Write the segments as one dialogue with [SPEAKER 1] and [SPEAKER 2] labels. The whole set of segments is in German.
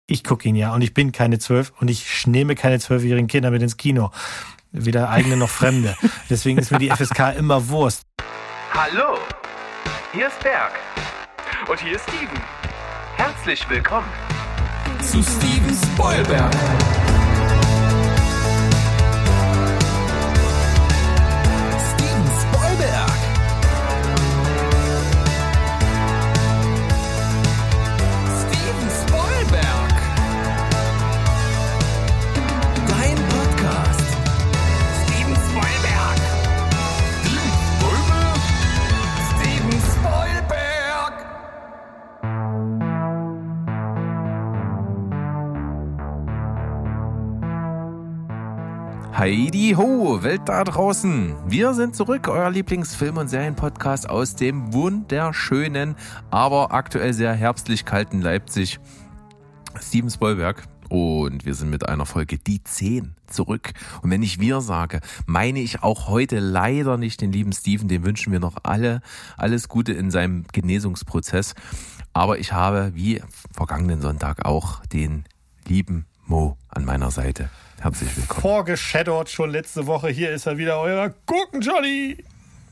[SPEAKER 1] Ich gucke ihn ja und ich bin keine 12 und ich nehme keine 12-jährigen Kinder mit ins Kino. Weder eigene noch Fremde. Deswegen ist mir die FSK immer Wurst.
[SPEAKER 2] Hallo, hier ist Berg. Und hier ist Steven. Herzlich willkommen
[SPEAKER 3] zu Steven Spoilberg. Steven Spoilberg. Steven Spoilberg. Dein Podcast. Steven Spoilberg. Steven Spoilberg.
[SPEAKER 4] Heidi ho, Welt da draußen. Wir sind zurück, euer Lieblingsfilm- und Serienpodcast aus dem wunderschönen, aber aktuell sehr herbstlich kalten Leipzig. Steven Spoilberg. Und wir sind mit einer Folge Die 10 zurück. Und wenn ich wir sage, meine ich auch heute leider nicht den lieben Steven. Dem wünschen wir noch alles Gute in seinem Genesungsprozess. Aber ich habe, wie vergangenen Sonntag, auch den lieben Mo an meiner Seite. Herzlich willkommen.
[SPEAKER 1] Vorgeschadowt schon letzte Woche. Hier ist er wieder, euer Gurken-Johnny.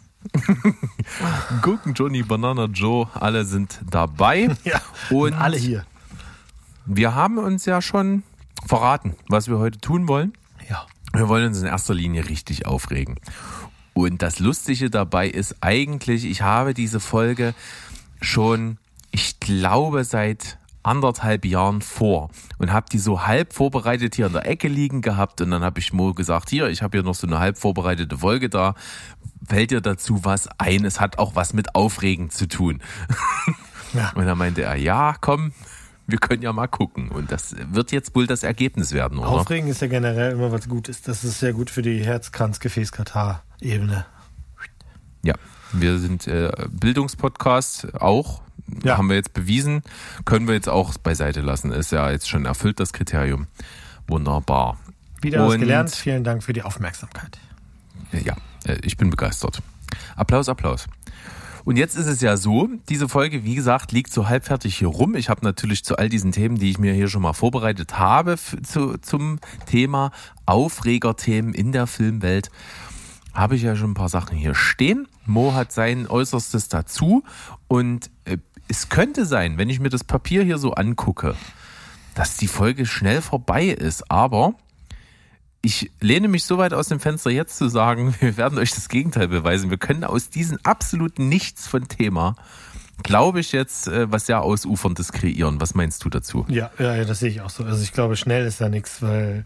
[SPEAKER 4] Gurken-Johnny, Banana Joe, alle sind dabei.
[SPEAKER 1] Ja, und alle hier.
[SPEAKER 4] Wir haben uns ja schon verraten, was wir heute tun wollen.
[SPEAKER 1] Ja.
[SPEAKER 4] Wir wollen uns in erster Linie richtig aufregen. Und das Lustige dabei ist eigentlich, ich habe diese Folge schon, ich glaube, seit 1,5 Jahren vor und habe die so halb vorbereitet hier in der Ecke liegen gehabt und dann habe ich Mo gesagt, hier, ich habe hier noch so eine halb vorbereitete Folge da, fällt dir dazu was ein? Es hat auch was mit Aufregen zu tun. Ja. Und dann meinte er, ja, komm, wir können ja mal gucken und das wird jetzt wohl das Ergebnis werden, oder?
[SPEAKER 1] Aufregen ist ja generell immer was Gutes, das ist sehr gut für die Herz-Kranz-Gefäß-Katar-Ebene.
[SPEAKER 4] Ja, wir sind Bildungspodcast auch. Ja. Haben wir jetzt bewiesen, können wir jetzt auch beiseite lassen. Ist ja jetzt schon erfüllt, das Kriterium. Wunderbar.
[SPEAKER 1] Wieder was gelernt. Vielen Dank für die Aufmerksamkeit.
[SPEAKER 4] Ja, ich bin begeistert. Applaus, Applaus. Und jetzt ist es ja so, diese Folge, wie gesagt, liegt so halbfertig hier rum. Ich habe natürlich zu all diesen Themen, die ich mir hier schon mal vorbereitet habe, zum Thema Aufregerthemen in der Filmwelt, habe ich ja schon ein paar Sachen hier stehen. Mo hat sein Äußerstes dazu und es könnte sein, wenn ich mir das Papier hier so angucke, dass die Folge schnell vorbei ist, aber ich lehne mich so weit aus dem Fenster jetzt zu sagen, wir werden euch das Gegenteil beweisen. Wir können aus diesem absoluten Nichts von Thema, glaube ich, jetzt was sehr Ausuferndes kreieren. Was meinst du dazu?
[SPEAKER 1] Ja, das sehe ich auch so. Also ich glaube, schnell ist da nichts, weil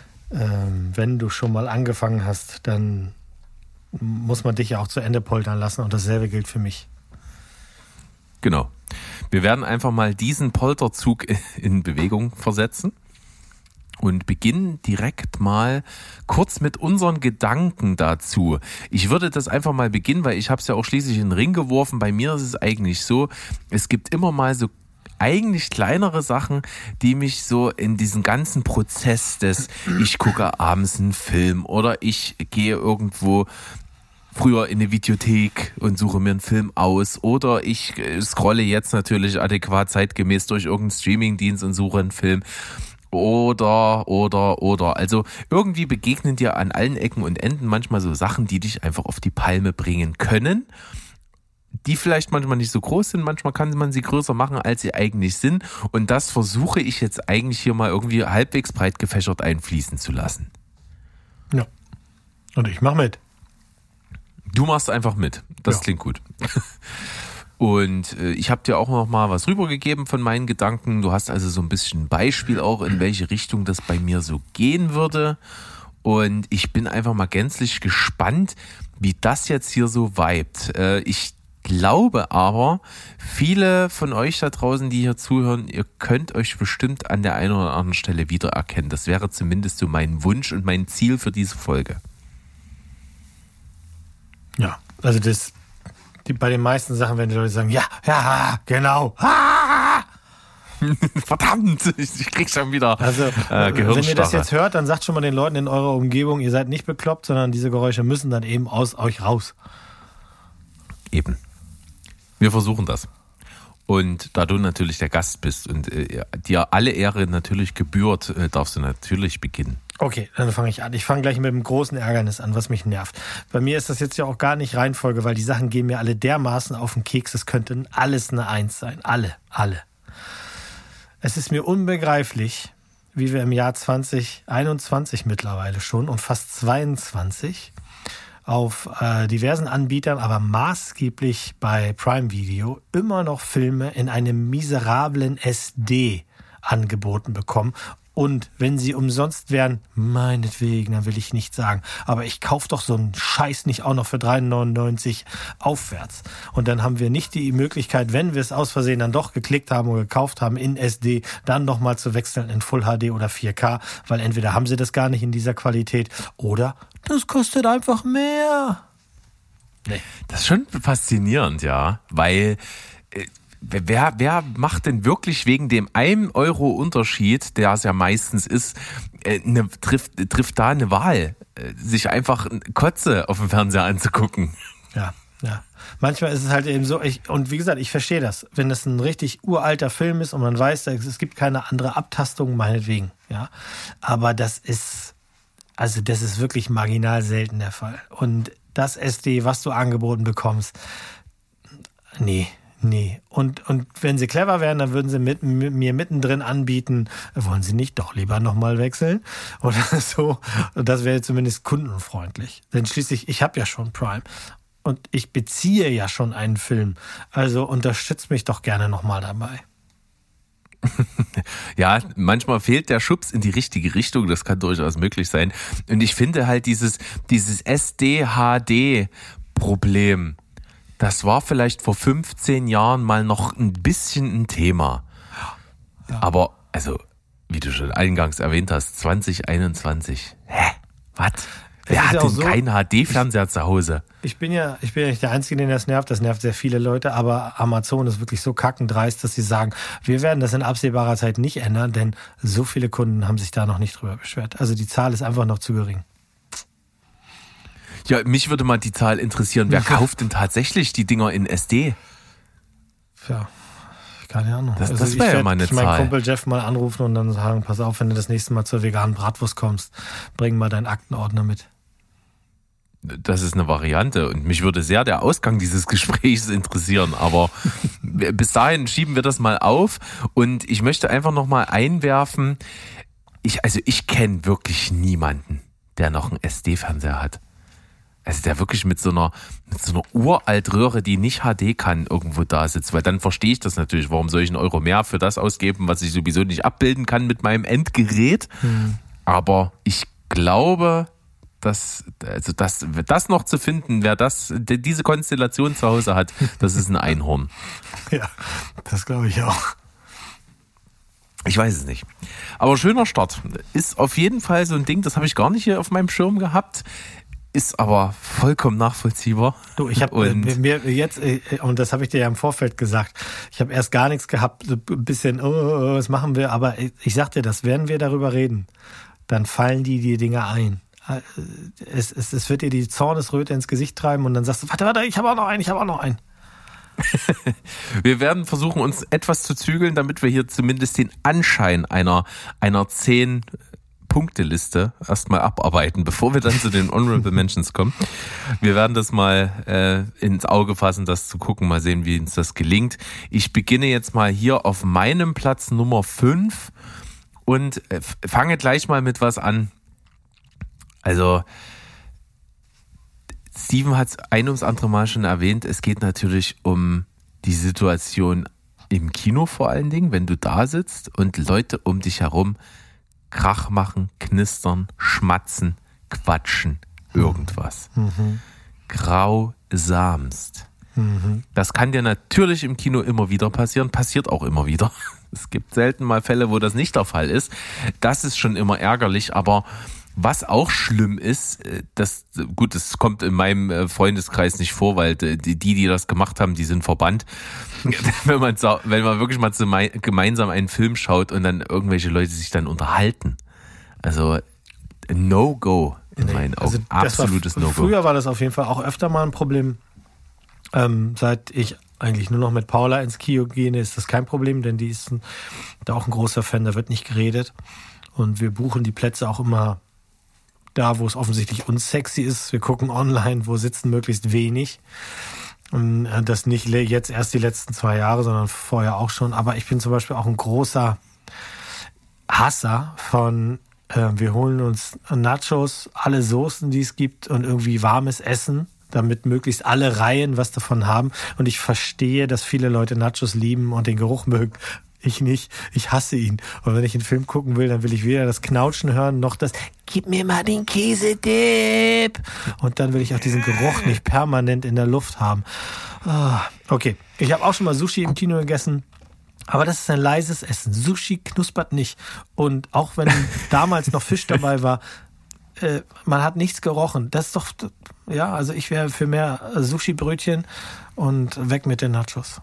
[SPEAKER 1] wenn du schon mal angefangen hast, dann muss man dich ja auch zu Ende poltern lassen und dasselbe gilt für mich.
[SPEAKER 4] Genau. Wir werden einfach mal diesen Polterzug in Bewegung versetzen und beginnen direkt mal kurz mit unseren Gedanken dazu. Ich würde das einfach mal beginnen, weil ich habe es ja auch schließlich in den Ring geworfen. Bei mir ist es eigentlich so, es gibt immer mal so eigentlich kleinere Sachen, die mich so in diesen ganzen Prozess des, ich gucke abends einen Film oder ich gehe irgendwo früher in eine Videothek und suche mir einen Film aus oder ich scrolle jetzt natürlich adäquat zeitgemäß durch irgendeinen Streamingdienst und suche einen Film oder. Also irgendwie begegnen dir an allen Ecken und Enden manchmal so Sachen, die dich einfach auf die Palme bringen können, die vielleicht manchmal nicht so groß sind, manchmal kann man sie größer machen, als sie eigentlich sind und das versuche ich jetzt eigentlich hier mal irgendwie halbwegs breit gefächert einfließen zu lassen.
[SPEAKER 1] Ja, und ich mache mit.
[SPEAKER 4] Du machst einfach mit. Das ja. Klingt gut. Und ich habe dir auch noch mal was rübergegeben von meinen Gedanken. Du hast also so ein bisschen ein Beispiel auch, in welche Richtung das bei mir so gehen würde. Und ich bin einfach mal gänzlich gespannt, wie das jetzt hier so vibet. Ich glaube aber, viele von euch da draußen, die hier zuhören, ihr könnt euch bestimmt an der einen oder anderen Stelle wiedererkennen. Das wäre zumindest so mein Wunsch und mein Ziel für diese Folge.
[SPEAKER 1] Ja, also bei den meisten Sachen werden die Leute sagen, ja, genau.
[SPEAKER 4] Verdammt, ich krieg schon wieder
[SPEAKER 1] Also,
[SPEAKER 4] Gehirnstarre.
[SPEAKER 1] Wenn ihr das jetzt hört, dann sagt schon mal den Leuten in eurer Umgebung, ihr seid nicht bekloppt, sondern diese Geräusche müssen dann eben aus euch raus.
[SPEAKER 4] Eben. Wir versuchen das. Und da du natürlich der Gast bist und dir alle Ehre natürlich gebührt, darfst du natürlich beginnen.
[SPEAKER 1] Okay, dann fange ich an. Ich fange gleich mit dem großen Ärgernis an, was mich nervt. Bei mir ist das jetzt ja auch gar nicht Reihenfolge, weil die Sachen gehen mir alle dermaßen auf den Keks. Es könnte alles eine 1 sein. Alle. Es ist mir unbegreiflich, wie wir im Jahr 2021 mittlerweile schon und fast 22 auf diversen Anbietern, aber maßgeblich bei Prime Video, immer noch Filme in einem miserablen SD angeboten bekommen. Und wenn sie umsonst wären, meinetwegen, dann will ich nicht sagen. Aber ich kaufe doch so einen Scheiß nicht auch noch für 3,99 aufwärts. Und dann haben wir nicht die Möglichkeit, wenn wir es aus Versehen dann doch geklickt haben oder gekauft haben in SD, dann nochmal zu wechseln in Full HD oder 4K. Weil entweder haben sie das gar nicht in dieser Qualität oder das kostet einfach mehr.
[SPEAKER 4] Nee. Das ist schon faszinierend, ja. Weil... Wer macht denn wirklich wegen dem 1 Euro Unterschied, der es ja meistens ist, trifft da eine Wahl, sich einfach Kotze auf dem Fernseher anzugucken?
[SPEAKER 1] Ja. Manchmal ist es halt eben so, und wie gesagt, ich verstehe das, wenn das ein richtig uralter Film ist und man weiß, es gibt keine andere Abtastung, meinetwegen, ja. Aber das ist wirklich marginal selten der Fall. Und das SD, was du angeboten bekommst, nee. Und wenn sie clever wären, dann würden sie mir mittendrin anbieten, wollen sie nicht doch lieber nochmal wechseln oder so. Und das wäre zumindest kundenfreundlich. Denn schließlich, ich habe ja schon Prime und ich beziehe ja schon einen Film. Also unterstützt mich doch gerne nochmal dabei.
[SPEAKER 4] Ja, manchmal fehlt der Schubs in die richtige Richtung, das kann durchaus möglich sein. Und ich finde halt dieses SD-HD-Problem, das war vielleicht vor 15 Jahren mal noch ein bisschen ein Thema. Ja. Aber, also, wie du schon eingangs erwähnt hast, 2021. Hä? Was? Wer hat denn so, keinen HD-Fernseher zu Hause?
[SPEAKER 1] Ich bin ja nicht der Einzige, den das nervt. Das nervt sehr viele Leute. Aber Amazon ist wirklich so kackendreist, dass sie sagen, wir werden das in absehbarer Zeit nicht ändern, denn so viele Kunden haben sich da noch nicht drüber beschwert. Also die Zahl ist einfach noch zu gering.
[SPEAKER 4] Ja, mich würde mal die Zahl interessieren. Wer kauft denn tatsächlich die Dinger in SD?
[SPEAKER 1] Ja, keine Ahnung.
[SPEAKER 4] Das wäre ja mal eine Zahl.
[SPEAKER 1] Ich meinen Kumpel Jeff mal anrufen und dann sagen, pass auf, wenn du das nächste Mal zur veganen Bratwurst kommst, bring mal deinen Aktenordner mit.
[SPEAKER 4] Das ist eine Variante und mich würde sehr der Ausgang dieses Gesprächs interessieren, aber bis dahin schieben wir das mal auf und ich möchte einfach nochmal einwerfen, ich kenne wirklich niemanden, der noch einen SD-Fernseher hat. Also der wirklich mit so einer Uraltröhre, die nicht HD kann, irgendwo da sitzt. Weil dann verstehe ich das natürlich. Warum soll ich 1 Euro mehr für das ausgeben, was ich sowieso nicht abbilden kann mit meinem Endgerät? Aber ich glaube, dass das noch zu finden, wer diese Konstellation zu Hause hat, das ist ein Einhorn.
[SPEAKER 1] Ja, das glaube ich auch.
[SPEAKER 4] Ich weiß es nicht. Aber schöner Start. Ist auf jeden Fall so ein Ding, das habe ich gar nicht hier auf meinem Schirm gehabt. Ist aber vollkommen nachvollziehbar.
[SPEAKER 1] Du, ich habe mir jetzt, und das habe ich dir ja im Vorfeld gesagt, ich habe erst gar nichts gehabt, so ein bisschen, was machen wir, aber ich sag dir das, werden wir darüber reden, dann fallen die Dinge ein. Es wird dir die Zornesröte ins Gesicht treiben und dann sagst du, warte, ich habe auch noch einen.
[SPEAKER 4] Wir werden versuchen, uns etwas zu zügeln, damit wir hier zumindest den Anschein einer 10-Punkte-Liste erstmal abarbeiten, bevor wir dann zu den Honorable Mentions kommen. Wir werden das mal ins Auge fassen, das zu gucken, mal sehen, wie uns das gelingt. Ich beginne jetzt mal hier auf meinem Platz Nummer 5 und fange gleich mal mit was an. Also, Steven hat es ein ums andere Mal schon erwähnt, es geht natürlich um die Situation im Kino vor allen Dingen, wenn du da sitzt und Leute um dich herum Krach machen, knistern, schmatzen, quatschen, irgendwas. Grausamst. Das kann dir natürlich im Kino immer wieder passieren, passiert auch immer wieder. Es gibt selten mal Fälle, wo das nicht der Fall ist. Das ist schon immer ärgerlich, aber was auch schlimm ist, das kommt in meinem Freundeskreis nicht vor, weil die das gemacht haben, die sind verbannt. Wenn man wirklich mal gemeinsam einen Film schaut und dann irgendwelche Leute sich dann unterhalten. Also No-Go in meinen Augen. Also absolutes No-Go.
[SPEAKER 1] Früher war das auf jeden Fall auch öfter mal ein Problem. Seit ich eigentlich nur noch mit Paula ins Kino gehe, ist das kein Problem, denn die ist da auch ein großer Fan, da wird nicht geredet. Und wir buchen die Plätze auch immer da, wo es offensichtlich unsexy ist. Wir gucken online, wo sitzen möglichst wenig. Und das nicht jetzt erst die letzten 2 Jahre, sondern vorher auch schon. Aber ich bin zum Beispiel auch ein großer Hasser von, wir holen uns Nachos, alle Soßen, die es gibt und irgendwie warmes Essen, damit möglichst alle Reihen was davon haben. Und ich verstehe, dass viele Leute Nachos lieben und den Geruch mögen. Ich nicht. Ich hasse ihn. Und wenn ich einen Film gucken will, dann will ich weder das Knautschen hören, noch das "Gib mir mal den Käsedip". Und dann will ich auch diesen Geruch nicht permanent in der Luft haben. Okay. Ich habe auch schon mal Sushi im Kino gegessen. Aber das ist ein leises Essen. Sushi knuspert nicht. Und auch wenn damals noch Fisch dabei war, man hat nichts gerochen. Das ist doch, ja, also ich wäre für mehr Sushi-Brötchen und weg mit den Nachos.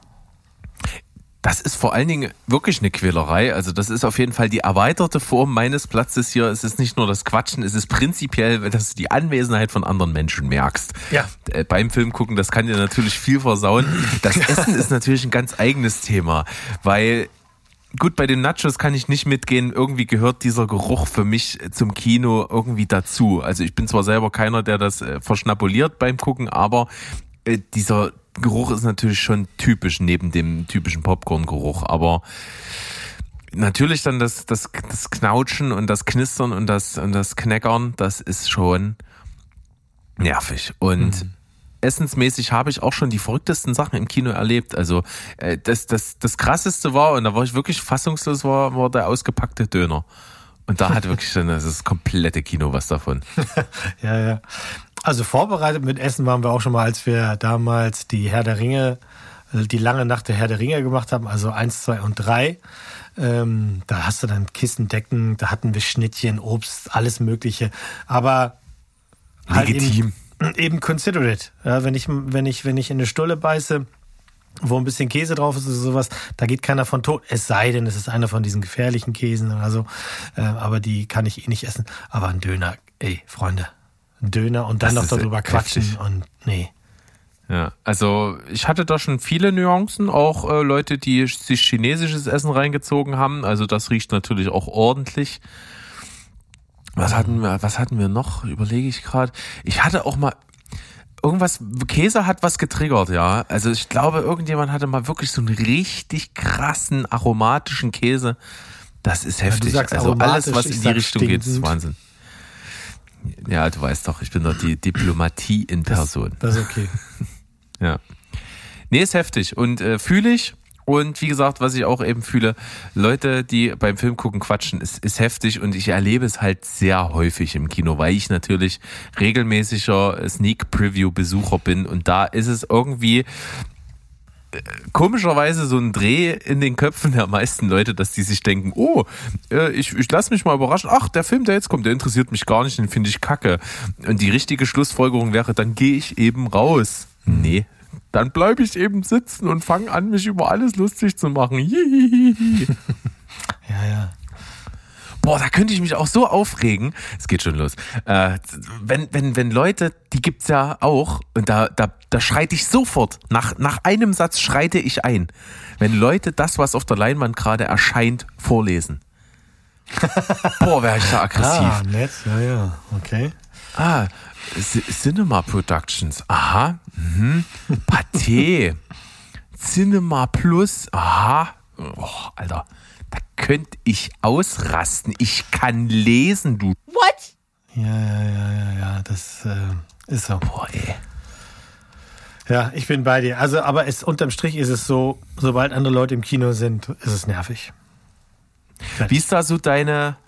[SPEAKER 4] Das ist vor allen Dingen wirklich eine Quälerei. Also das ist auf jeden Fall die erweiterte Form meines Platzes hier. Es ist nicht nur das Quatschen, es ist prinzipiell, dass du die Anwesenheit von anderen Menschen merkst.
[SPEAKER 1] Ja.
[SPEAKER 4] Beim Film gucken, das kann dir natürlich viel versauen. Das Essen ist natürlich ein ganz eigenes Thema, weil gut, bei den Nachos kann ich nicht mitgehen. Irgendwie gehört dieser Geruch für mich zum Kino irgendwie dazu. Also ich bin zwar selber keiner, der das verschnabuliert beim Gucken, aber dieser Geruch ist natürlich schon typisch neben dem typischen Popcorn-Geruch, aber natürlich dann das Knautschen und das Knistern und das Knackern, das ist schon nervig. Und essensmäßig habe ich auch schon die verrücktesten Sachen im Kino erlebt. Also das Krasseste war, und da war ich wirklich fassungslos, war der ausgepackte Döner. Und da hat wirklich dann das komplette Kino was davon.
[SPEAKER 1] Ja. Also vorbereitet mit Essen waren wir auch schon mal, als wir damals die Herr der Ringe, die lange Nacht der Herr der Ringe gemacht haben, also 1, 2 und 3. Da hast du dann Kissen, Decken, da hatten wir Schnittchen, Obst, alles Mögliche. Aber
[SPEAKER 4] legitim.
[SPEAKER 1] Halt eben consider it. Ja, wenn ich in eine Stulle beiße, wo ein bisschen Käse drauf ist oder sowas, da geht keiner von tot. Es sei denn, es ist einer von diesen gefährlichen Käsen oder so. Aber die kann ich nicht essen. Aber ein Döner, Freunde. Ein Döner und dann noch darüber quatschen heftig. Und nee.
[SPEAKER 4] Ja, also ich hatte da schon viele Nuancen, auch Leute, die sich chinesisches Essen reingezogen haben. Also das riecht natürlich auch ordentlich. Was hatten wir noch? Überlege ich gerade. Ich hatte auch mal irgendwas, Käse hat was getriggert, ja. Also ich glaube, irgendjemand hatte mal wirklich so einen richtig krassen aromatischen Käse. Das ist heftig.
[SPEAKER 1] Ja,
[SPEAKER 4] also alles, was in die Richtung geht, ist Wahnsinn. Ja, du weißt doch, ich bin doch die Diplomatie in Person.
[SPEAKER 1] Das ist okay.
[SPEAKER 4] Ja. Nee, ist heftig und fühle ich. Und wie gesagt, was ich auch eben fühle, Leute, die beim Film gucken, quatschen, ist heftig und ich erlebe es halt sehr häufig im Kino, weil ich natürlich regelmäßiger Sneak-Preview-Besucher bin und da ist es irgendwie komischerweise so ein Dreh in den Köpfen der meisten Leute, dass die sich denken, ich lasse mich mal überraschen, ach, der Film, der jetzt kommt, der interessiert mich gar nicht, den finde ich kacke. Und die richtige Schlussfolgerung wäre, dann gehe ich eben raus. Nee. Dann bleibe ich eben sitzen und fange an, mich über alles lustig zu machen.
[SPEAKER 1] Ja.
[SPEAKER 4] Boah, da könnte ich mich auch so aufregen. Es geht schon los. Wenn Leute, die gibt's ja auch, und da schreite ich sofort, nach einem Satz schreite ich ein. Wenn Leute das, was auf der Leinwand gerade erscheint, vorlesen. Boah, wäre ich da aggressiv.
[SPEAKER 1] Nett, ja, okay.
[SPEAKER 4] Cinema Productions, aha. Pathé. Cinema Plus, aha. Oh, Alter, da könnte ich ausrasten. Ich kann lesen, du.
[SPEAKER 1] What? Ja, das ist so.
[SPEAKER 4] Boah, ey.
[SPEAKER 1] Ja, ich bin bei dir. Also, aber unterm Strich ist es so, sobald andere Leute im Kino sind, ist es nervig.
[SPEAKER 4] Wie ist da so dein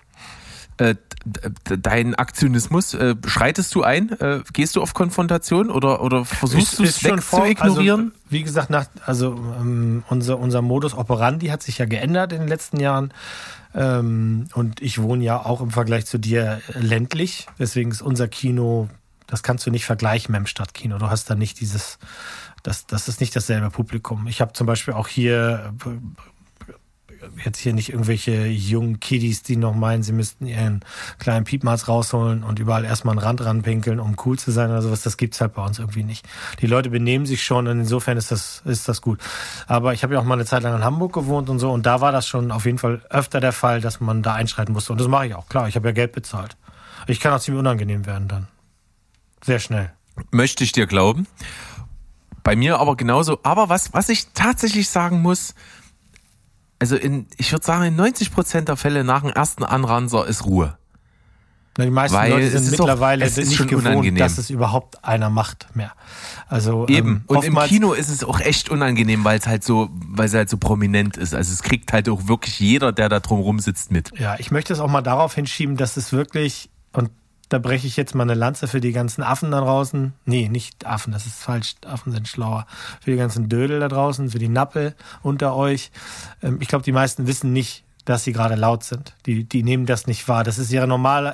[SPEAKER 4] Aktionismus? Schreitest du ein? Gehst du auf Konfrontation oder versuchst du es wegzuignorieren?
[SPEAKER 1] Also, wie gesagt, unser Modus operandi hat sich ja geändert in den letzten Jahren. Und ich wohne ja auch im Vergleich zu dir ländlich. Deswegen ist unser Kino, das kannst du nicht vergleichen mit dem Stadtkino. Du hast da nicht das ist nicht dasselbe Publikum. Ich habe zum Beispiel auch hier jetzt hier nicht irgendwelche jungen Kiddies, die noch meinen, sie müssten ihren kleinen Piepmatz rausholen und überall erstmal einen Rand ranpinkeln, um cool zu sein oder sowas. Das gibt's halt bei uns irgendwie nicht. Die Leute benehmen sich schon und insofern ist das gut. Aber ich habe ja auch mal eine Zeit lang in Hamburg gewohnt und so und da war das schon auf jeden Fall öfter der Fall, dass man da einschreiten musste. Und das mache ich auch. Klar, ich habe ja Geld bezahlt. Ich kann auch ziemlich unangenehm werden dann. Sehr schnell.
[SPEAKER 4] Möchte ich dir glauben. Bei mir aber genauso. Aber was ich tatsächlich sagen muss, also ich würde sagen, in 90% der Fälle nach dem ersten Anranser ist Ruhe.
[SPEAKER 1] Na, die meisten Leute sind mittlerweile nicht gewohnt,
[SPEAKER 4] unangenehm,
[SPEAKER 1] dass es überhaupt einer macht mehr. Also
[SPEAKER 4] eben. Und im Kino ist es auch echt unangenehm, weil es halt so prominent ist. Also es kriegt halt auch wirklich jeder, der da drumherum sitzt, mit.
[SPEAKER 1] Ja, ich möchte es auch mal darauf hinschieben, dass es wirklich, und da breche ich jetzt mal eine Lanze für die ganzen Affen da draußen. Nee, nicht Affen, das ist falsch. Affen sind schlauer. Für die ganzen Dödel da draußen, für die Nappel unter euch. Ich glaube, die meisten wissen nicht, dass sie gerade laut sind. Die nehmen das nicht wahr. Das ist ihre normale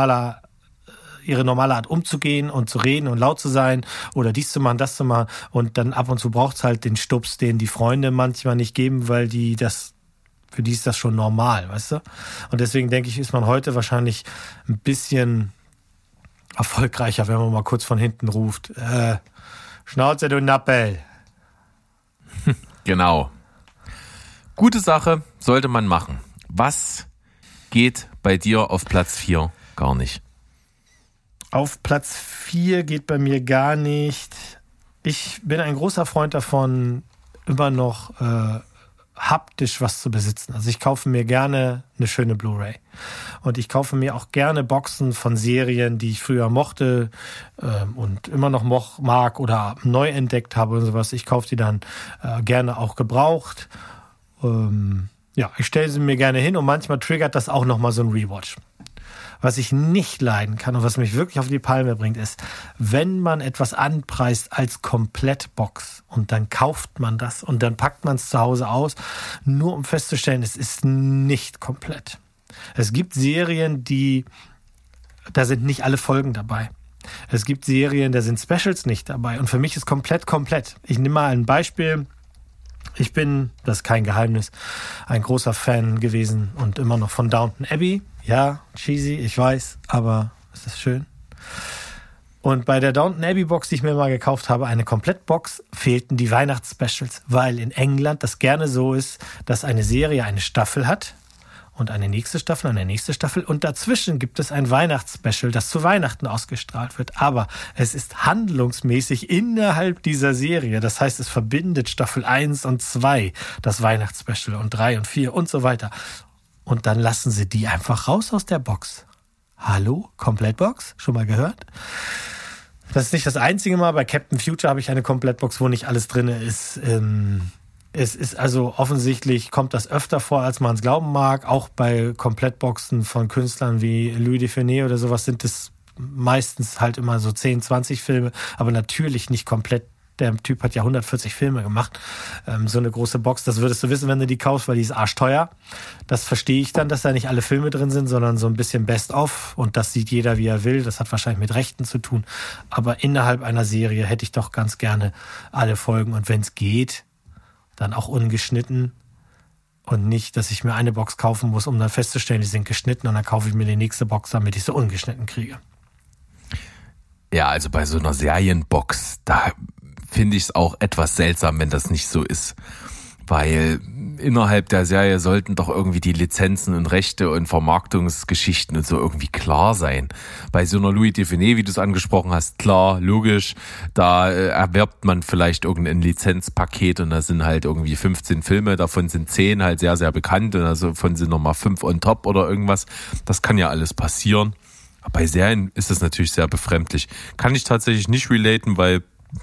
[SPEAKER 1] Art umzugehen und zu reden und laut zu sein oder dies zu machen, das zu machen. Und dann ab und zu braucht es halt den Stups, den die Freunde manchmal nicht geben, weil für die ist das schon normal, weißt du? Und deswegen denke ich, ist man heute wahrscheinlich ein bisschen erfolgreicher, wenn man mal kurz von hinten ruft. Schnauze, du Nappel.
[SPEAKER 4] Genau. Gute Sache, sollte man machen. Was geht bei dir auf Platz 4 gar nicht?
[SPEAKER 1] Auf Platz 4 geht bei mir gar nicht. Ich bin ein großer Freund davon, immer noch haptisch was zu besitzen. Also ich kaufe mir gerne eine schöne Blu-ray. Und ich kaufe mir auch gerne Boxen von Serien, die ich früher mochte und immer noch mag oder neu entdeckt habe und sowas. Ich kaufe die dann gerne auch gebraucht. Ich stelle sie mir gerne hin und manchmal triggert das auch nochmal so ein Rewatch. Was ich nicht leiden kann und was mich wirklich auf die Palme bringt, ist, wenn man etwas anpreist als Komplettbox und dann kauft man das und dann packt man es zu Hause aus, nur um festzustellen, es ist nicht komplett. Es gibt Serien, da sind nicht alle Folgen dabei. Es gibt Serien, da sind Specials nicht dabei und für mich ist komplett. Ich nehme mal ein Beispiel. Ich bin, das ist kein Geheimnis, ein großer Fan gewesen und immer noch von Downton Abbey. Ja, cheesy, ich weiß, aber es ist schön. Und bei der Downton Abbey Box, die ich mir mal gekauft habe, eine Komplettbox, fehlten die Weihnachtsspecials, weil in England das gerne so ist, dass eine Serie eine Staffel hat und eine nächste Staffel und dazwischen gibt es ein Weihnachtsspecial, das zu Weihnachten ausgestrahlt wird. Aber es ist handlungsmäßig innerhalb dieser Serie. Das heißt, es verbindet Staffel 1 und 2, das Weihnachtsspecial und 3 und 4 und so weiter. Und dann lassen sie die einfach raus aus der Box. Hallo? Komplettbox? Schon mal gehört? Das ist nicht das einzige Mal. Bei Captain Future habe ich eine Komplettbox, wo nicht alles drin ist. Es ist also offensichtlich, kommt das öfter vor, als man es glauben mag. Auch bei Komplettboxen von Künstlern wie Louis Define oder sowas sind es meistens halt immer so 10, 20 Filme, aber natürlich nicht komplett. Der Typ hat ja 140 Filme gemacht. So eine große Box, das würdest du wissen, wenn du die kaufst, weil die ist arschteuer. Das verstehe ich dann, dass da nicht alle Filme drin sind, sondern so ein bisschen Best-of. Und das sieht jeder, wie er will. Das hat wahrscheinlich mit Rechten zu tun. Aber innerhalb einer Serie hätte ich doch ganz gerne alle Folgen. Und wenn es geht, dann auch ungeschnitten. Und nicht, dass ich mir eine Box kaufen muss, um dann festzustellen, die sind geschnitten. Und dann kaufe ich mir die nächste Box, damit ich sie ungeschnitten kriege.
[SPEAKER 4] Ja, also bei so einer Serienbox, da finde ich es auch etwas seltsam, wenn das nicht so ist. Weil innerhalb der Serie sollten doch irgendwie die Lizenzen und Rechte und Vermarktungsgeschichten und so irgendwie klar sein. Bei so einer Louis Define, wie du es angesprochen hast, klar, logisch, da erwerbt man vielleicht irgendein Lizenzpaket und da sind halt irgendwie 15 Filme, davon sind 10 halt sehr, sehr bekannt und davon sind nochmal 5 on top oder irgendwas. Das kann ja alles passieren. Aber bei Serien ist das natürlich sehr befremdlich. Kann ich tatsächlich nicht relaten, weil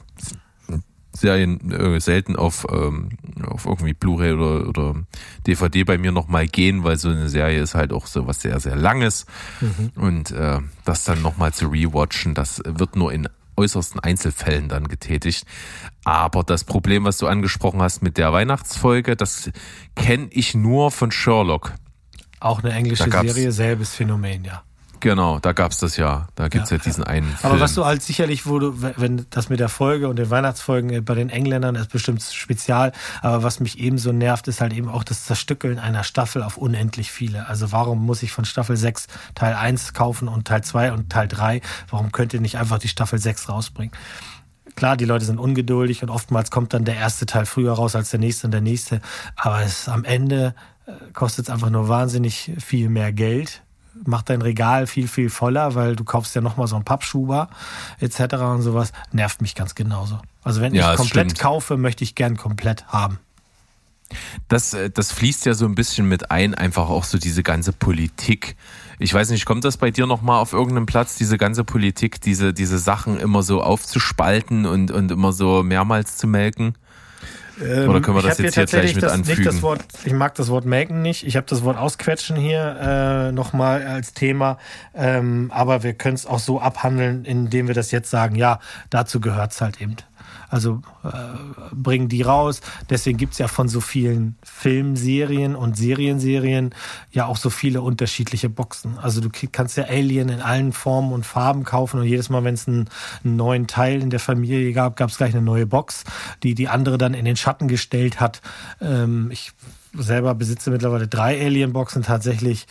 [SPEAKER 4] Serien selten auf irgendwie Blu-ray oder DVD bei mir nochmal gehen, weil so eine Serie ist halt auch so was sehr, sehr Langes. Und das dann nochmal zu rewatchen, das wird nur in äußersten Einzelfällen dann getätigt. Aber das Problem, was du angesprochen hast mit der Weihnachtsfolge, das kenne ich nur von Sherlock.
[SPEAKER 1] Auch eine englische Serie, selbes Phänomen, ja.
[SPEAKER 4] Genau, da gab's das ja. Da gibt's ja diesen einen Film.
[SPEAKER 1] Aber was du halt sicherlich, wenn das mit der Folge und den Weihnachtsfolgen bei den Engländern ist bestimmt spezial, aber was mich eben so nervt, ist halt eben auch das Zerstückeln einer Staffel auf unendlich viele. Also warum muss ich von Staffel 6 Teil 1 kaufen und Teil 2 und Teil 3? Warum könnt ihr nicht einfach die Staffel 6 rausbringen? Klar, die Leute sind ungeduldig und oftmals kommt dann der erste Teil früher raus als der nächste und der nächste. Aber am Ende kostet es einfach nur wahnsinnig viel mehr Geld. Macht dein Regal viel, viel voller, weil du kaufst ja nochmal so einen Pappschuber etc. und sowas. Nervt mich ganz genauso. Also wenn ich komplett kaufe, möchte ich gern komplett haben.
[SPEAKER 4] Das fließt ja so ein bisschen mit ein, einfach auch so diese ganze Politik. Ich weiß nicht, kommt das bei dir nochmal auf irgendeinem Platz, diese ganze Politik, diese Sachen immer so aufzuspalten und immer so mehrmals zu melken? Oder können wir das jetzt hier gleich mit anfügen?
[SPEAKER 1] Ich mag das Wort melken nicht. Ich habe das Wort ausquetschen hier nochmal als Thema. Aber wir können es auch so abhandeln, indem wir das jetzt sagen, ja, dazu gehört es halt eben. Also bringen die raus. Deswegen gibt's ja von so vielen Filmserien und Serienserien ja auch so viele unterschiedliche Boxen. Also du kannst ja Alien in allen Formen und Farben kaufen und jedes Mal, wenn es einen neuen Teil in der Familie gab, gab's gleich eine neue Box, die andere dann in den Schatten gestellt hat. Ich selber besitze mittlerweile 3 Alien-Boxen tatsächlich.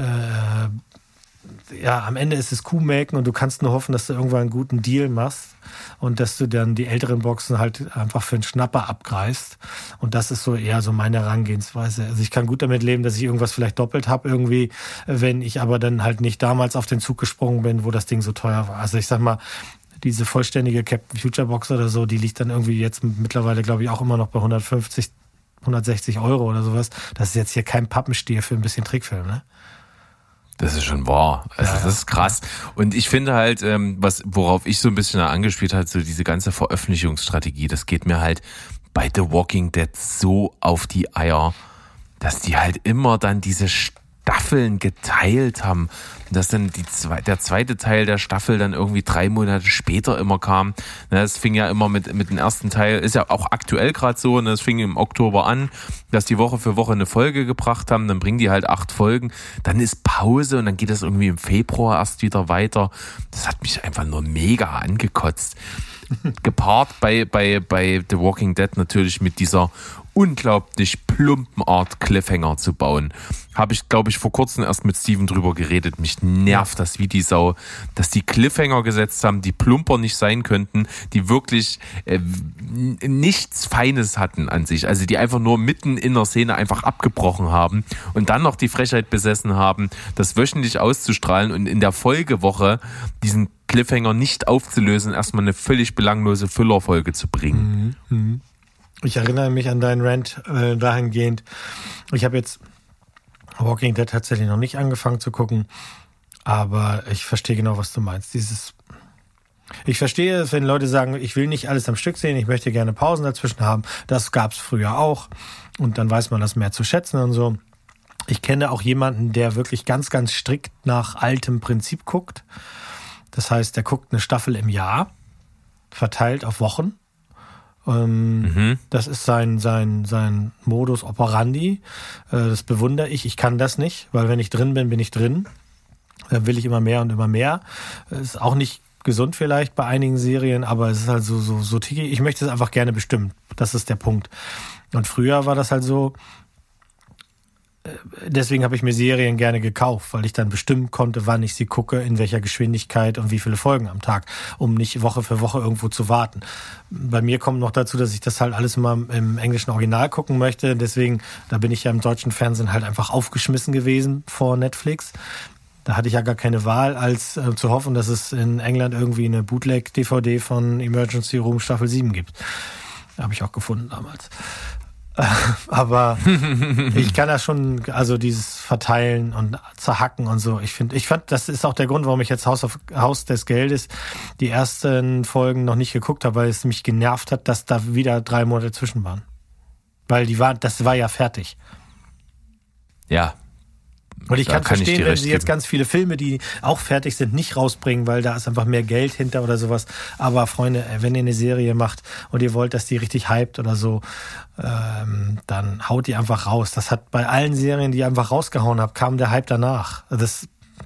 [SPEAKER 1] Ja, am Ende ist es Kuhmelken und du kannst nur hoffen, dass du irgendwann einen guten Deal machst und dass du dann die älteren Boxen halt einfach für einen Schnapper abgreifst. Und das ist so eher so meine Herangehensweise. Also ich kann gut damit leben, dass ich irgendwas vielleicht doppelt habe irgendwie, wenn ich aber dann halt nicht damals auf den Zug gesprungen bin, wo das Ding so teuer war. Also ich sag mal, diese vollständige Captain Future Box oder so, die liegt dann irgendwie jetzt mittlerweile, glaube ich, auch immer noch bei 150, 160 Euro oder sowas. Das ist jetzt hier kein Pappenstier für ein bisschen Trickfilm, ne?
[SPEAKER 4] Das ist schon wahr. Also das ist krass. Und ich finde halt, worauf ich so ein bisschen angespielt habe, so diese ganze Veröffentlichungsstrategie, das geht mir halt bei The Walking Dead so auf die Eier, dass die halt immer dann diese Staffeln geteilt haben. Und dass dann der zweite Teil der Staffel dann irgendwie 3 Monate später immer kam. Es fing ja immer mit dem ersten Teil, ist ja auch aktuell gerade so, es fing im Oktober an, dass die Woche für Woche eine Folge gebracht haben, dann bringen die halt 8 Folgen, dann ist Pause und dann geht das irgendwie im Februar erst wieder weiter. Das hat mich einfach nur mega angekotzt. Gepaart bei The Walking Dead natürlich mit dieser unglaublich plumpen Art Cliffhanger zu bauen. Habe ich, glaube ich, vor kurzem erst mit Steven drüber geredet. Mich nervt das wie die Sau, dass die Cliffhanger gesetzt haben, die plumper nicht sein könnten, die wirklich nichts Feines hatten an sich. Also die einfach nur mitten in der Szene einfach abgebrochen haben und dann noch die Frechheit besessen haben, das wöchentlich auszustrahlen und in der Folgewoche diesen Cliffhanger nicht aufzulösen, erstmal eine völlig belanglose Füllerfolge zu bringen.
[SPEAKER 1] Mhm. Ich erinnere mich an deinen Rant dahingehend. Ich habe jetzt Walking Dead tatsächlich noch nicht angefangen zu gucken, aber ich verstehe genau, was du meinst. Ich verstehe es, wenn Leute sagen, ich will nicht alles am Stück sehen, ich möchte gerne Pausen dazwischen haben. Das gab es früher auch und dann weiß man das mehr zu schätzen und so. Ich kenne auch jemanden, der wirklich ganz, ganz strikt nach altem Prinzip guckt. Das heißt, der guckt eine Staffel im Jahr, verteilt auf Wochen. Das ist sein Modus operandi. Das bewundere ich. Ich kann das nicht, weil wenn ich drin bin, bin ich drin. Dann will ich immer mehr und immer mehr. Ist auch nicht gesund vielleicht bei einigen Serien, aber es ist halt so ticky. Ich möchte es einfach gerne bestimmen. Das ist der Punkt. Und früher war das halt so, deswegen habe ich mir Serien gerne gekauft, weil ich dann bestimmen konnte, wann ich sie gucke, in welcher Geschwindigkeit und wie viele Folgen am Tag, um nicht Woche für Woche irgendwo zu warten. Bei mir kommt noch dazu, dass ich das halt alles immer im englischen Original gucken möchte. Deswegen, da bin ich ja im deutschen Fernsehen halt einfach aufgeschmissen gewesen vor Netflix. Da hatte ich ja gar keine Wahl, als zu hoffen, dass es in England irgendwie eine Bootleg-DVD von Emergency Room Staffel 7 gibt. Habe ich auch gefunden damals. Aber ich kann das schon, also dieses Verteilen und Zerhacken und so. Ich fand, das ist auch der Grund, warum ich jetzt Haus des Geldes die ersten Folgen noch nicht geguckt habe, weil es mich genervt hat, dass da wieder 3 Monate zwischen waren. Weil das war ja fertig.
[SPEAKER 4] Ja.
[SPEAKER 1] Und ich kann verstehen, wenn sie jetzt ganz viele Filme, die auch fertig sind, nicht rausbringen, weil da ist einfach mehr Geld hinter oder sowas. Aber Freunde, wenn ihr eine Serie macht und ihr wollt, dass die richtig hypt oder so, dann haut die einfach raus. Das hat bei allen Serien, die ihr einfach rausgehauen habt, kam der Hype danach. Das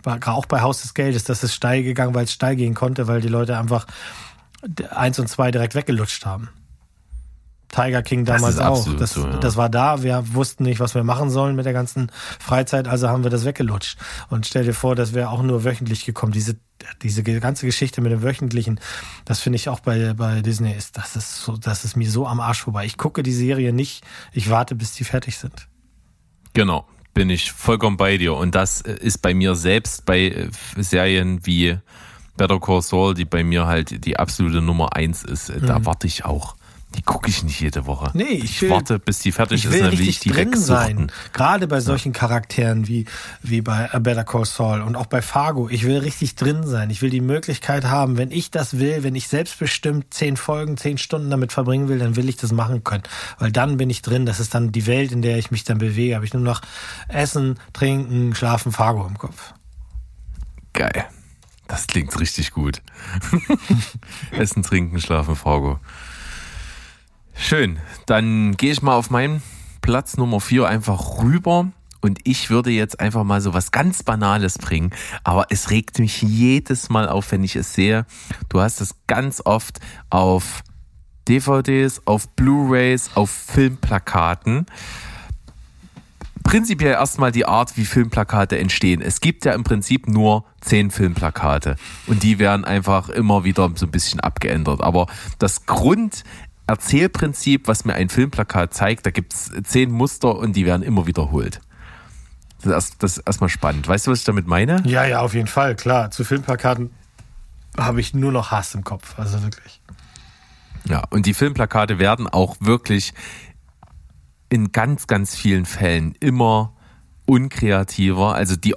[SPEAKER 1] auch bei Haus des Geldes, das ist steil gegangen, weil es steil gehen konnte, weil die Leute einfach 1 und 2 direkt weggelutscht haben. Tiger King damals auch. Das war da, wir wussten nicht, was wir machen sollen mit der ganzen Freizeit, also haben wir das weggelutscht. Und stell dir vor, das wäre auch nur wöchentlich gekommen. Diese ganze Geschichte mit dem Wöchentlichen, das finde ich auch bei Disney das ist mir so am Arsch vorbei. Ich gucke die Serie nicht, ich warte, bis die fertig sind.
[SPEAKER 4] Genau, bin ich vollkommen bei dir. Und das ist bei mir selbst bei Serien wie Better Call Saul, die bei mir halt die absolute Nummer 1 ist. Da warte ich auch. Die gucke ich nicht jede Woche.
[SPEAKER 1] Nee,
[SPEAKER 4] ich warte, bis die fertig ist, dann will ich direkt
[SPEAKER 1] drin sein.
[SPEAKER 4] suchten.
[SPEAKER 1] Gerade bei solchen Charakteren wie bei Better Call Saul und auch bei Fargo. Ich will richtig drin sein. Ich will die Möglichkeit haben, wenn ich das will, wenn ich selbstbestimmt 10 Folgen, 10 Stunden damit verbringen will, dann will ich das machen können. Weil dann bin ich drin. Das ist dann die Welt, in der ich mich dann bewege. Habe ich nur noch Essen, Trinken, Schlafen, Fargo im Kopf.
[SPEAKER 4] Geil. Das klingt richtig gut. Essen, Trinken, Schlafen, Fargo. Schön, dann gehe ich mal auf meinen Platz Nummer 4 einfach rüber und ich würde jetzt einfach mal so was ganz Banales bringen, aber es regt mich jedes Mal auf, wenn ich es sehe. Du hast es ganz oft auf DVDs, auf Blu-rays, auf Filmplakaten. Prinzipiell erstmal die Art, wie Filmplakate entstehen. Es gibt ja im Prinzip nur 10 Filmplakate und die werden einfach immer wieder so ein bisschen abgeändert, aber das Erzählprinzip, was mir ein Filmplakat zeigt, da gibt's 10 Muster und die werden immer wiederholt. Das ist erstmal spannend. Weißt du, was ich damit meine?
[SPEAKER 1] Ja, auf jeden Fall, klar. Zu Filmplakaten habe ich nur noch Hass im Kopf, also wirklich.
[SPEAKER 4] Ja, und die Filmplakate werden auch wirklich in ganz, ganz vielen Fällen immer unkreativer, also die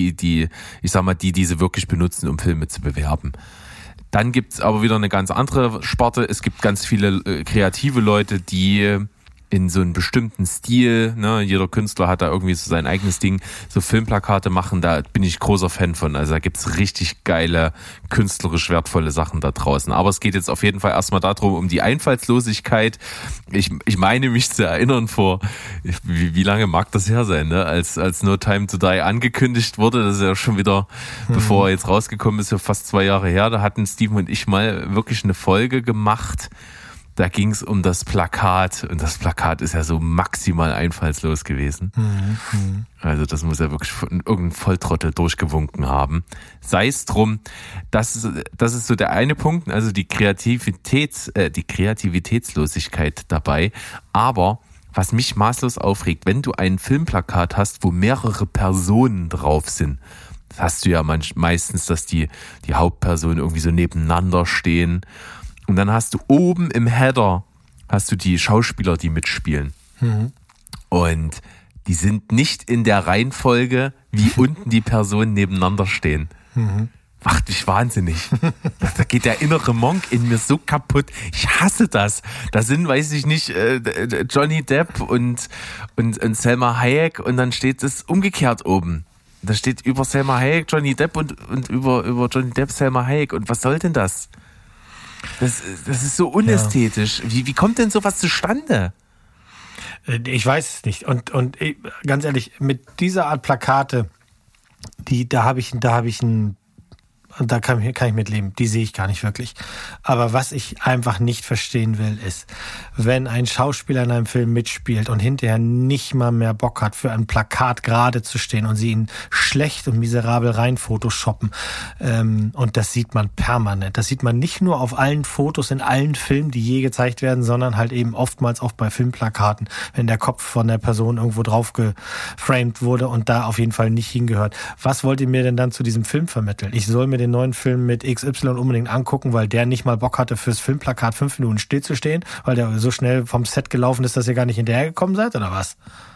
[SPEAKER 4] sie wirklich benutzen, um Filme zu bewerben. Dann gibt's aber wieder eine ganz andere Sparte. Es gibt ganz viele kreative Leute, die in so einem bestimmten Stil, ne, jeder Künstler hat da irgendwie so sein eigenes Ding, so Filmplakate machen, da bin ich großer Fan von. Also da gibt's richtig geile, künstlerisch wertvolle Sachen da draußen. Aber es geht jetzt auf jeden Fall erstmal darum, um die Einfallslosigkeit. Ich meine mich zu erinnern wie lange mag das her sein, ne? Als No Time to Die angekündigt wurde, das ist ja schon wieder, bevor er jetzt rausgekommen ist, ja fast 2 Jahre her, da hatten Steven und ich mal wirklich eine Folge gemacht. Da ging es um das Plakat und das Plakat ist ja so maximal einfallslos gewesen. Also das muss ja wirklich von irgendein Volltrottel durchgewunken haben. Sei es drum, das ist so der eine Punkt, also die Kreativitätslosigkeit dabei. Aber was mich maßlos aufregt, wenn du ein Filmplakat hast, wo mehrere Personen drauf sind, das hast du ja meistens, dass die Hauptpersonen irgendwie so nebeneinander stehen. Und dann hast du oben im Header hast du die Schauspieler, die mitspielen. Und die sind nicht in der Reihenfolge, wie unten die Personen nebeneinander stehen. Macht mich wahnsinnig. Da geht der innere Monk in mir so kaputt. Ich hasse das. Da sind, weiß ich nicht, Johnny Depp und Selma Hayek und dann steht es umgekehrt oben. Da steht über Selma Hayek Johnny Depp und über Johnny Depp Selma Hayek. Und was soll denn das? Das ist so unästhetisch. Ja. Wie kommt denn sowas zustande?
[SPEAKER 1] Ich weiß es nicht. Und ganz ehrlich, mit dieser Art Plakate, da kann ich mit leben. Die sehe ich gar nicht wirklich. Aber was ich einfach nicht verstehen will, ist, wenn ein Schauspieler in einem Film mitspielt und hinterher nicht mal mehr Bock hat, für ein Plakat gerade zu stehen und sie ihn schlecht und miserabel rein photoshoppen. Und das sieht man permanent. Das sieht man nicht nur auf allen Fotos in allen Filmen, die je gezeigt werden, sondern halt eben oftmals auch bei Filmplakaten, wenn der Kopf von der Person irgendwo drauf geframed wurde und da auf jeden Fall nicht hingehört. Was wollt ihr mir denn dann zu diesem Film vermitteln? Ich soll mir den neuen Film mit XY unbedingt angucken, weil der nicht mal Bock hatte, fürs Filmplakat 5 Minuten stillzustehen, weil der so schnell vom Set gelaufen ist, dass ihr gar nicht hinterhergekommen seid, oder was?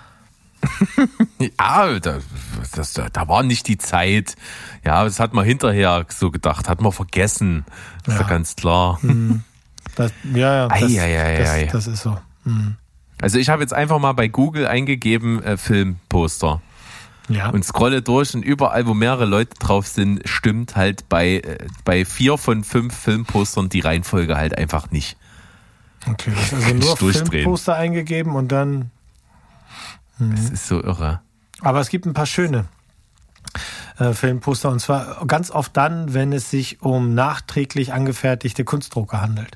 [SPEAKER 4] Ja, da war nicht die Zeit. Ja, das hat man hinterher so gedacht, hat man vergessen. Das ist ja ganz klar.
[SPEAKER 1] Das ist so.
[SPEAKER 4] Also ich habe jetzt einfach mal bei Google eingegeben, Filmposter.
[SPEAKER 1] Ja.
[SPEAKER 4] Und scrolle durch und überall, wo mehrere Leute drauf sind, stimmt halt bei 4 von 5 Filmpostern die Reihenfolge halt einfach nicht.
[SPEAKER 1] Okay, das ist also nur Filmposter eingegeben und dann...
[SPEAKER 4] Das ist so irre.
[SPEAKER 1] Aber es gibt ein paar schöne. Filmposter. Und zwar ganz oft dann, wenn es sich um nachträglich angefertigte Kunstdrucke handelt.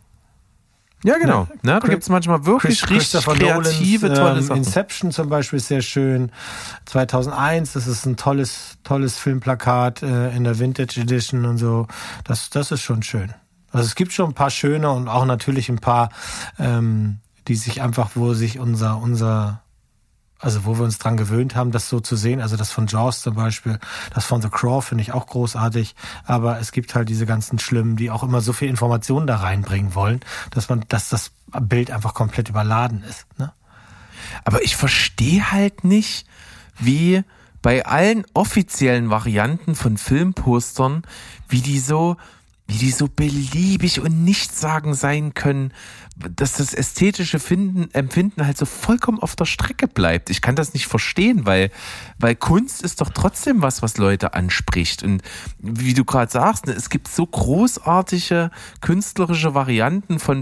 [SPEAKER 4] Ja, genau. Da gibt es manchmal wirklich richtig kreative, tolle Sachen.
[SPEAKER 1] Inception zum Beispiel ist sehr schön. 2001, das ist ein tolles Filmplakat in der Vintage Edition und so. Das ist schon schön. Also es gibt schon ein paar schöne und auch natürlich ein paar, die sich einfach, wo sich wo wir uns dran gewöhnt haben, das so zu sehen. Also das von Jaws zum Beispiel, das von The Crow finde ich auch großartig. Aber es gibt halt diese ganzen Schlimmen, die auch immer so viel Informationen da reinbringen wollen, dass das Bild einfach komplett überladen ist. Ne?
[SPEAKER 4] Aber ich verstehe halt nicht, wie bei allen offiziellen Varianten von Filmpostern, wie die so beliebig und nichtssagend sein können, dass das ästhetische Empfinden halt so vollkommen auf der Strecke bleibt. Ich kann das nicht verstehen, weil Kunst ist doch trotzdem was Leute anspricht. Und wie du gerade sagst, ne, es gibt so großartige künstlerische Varianten von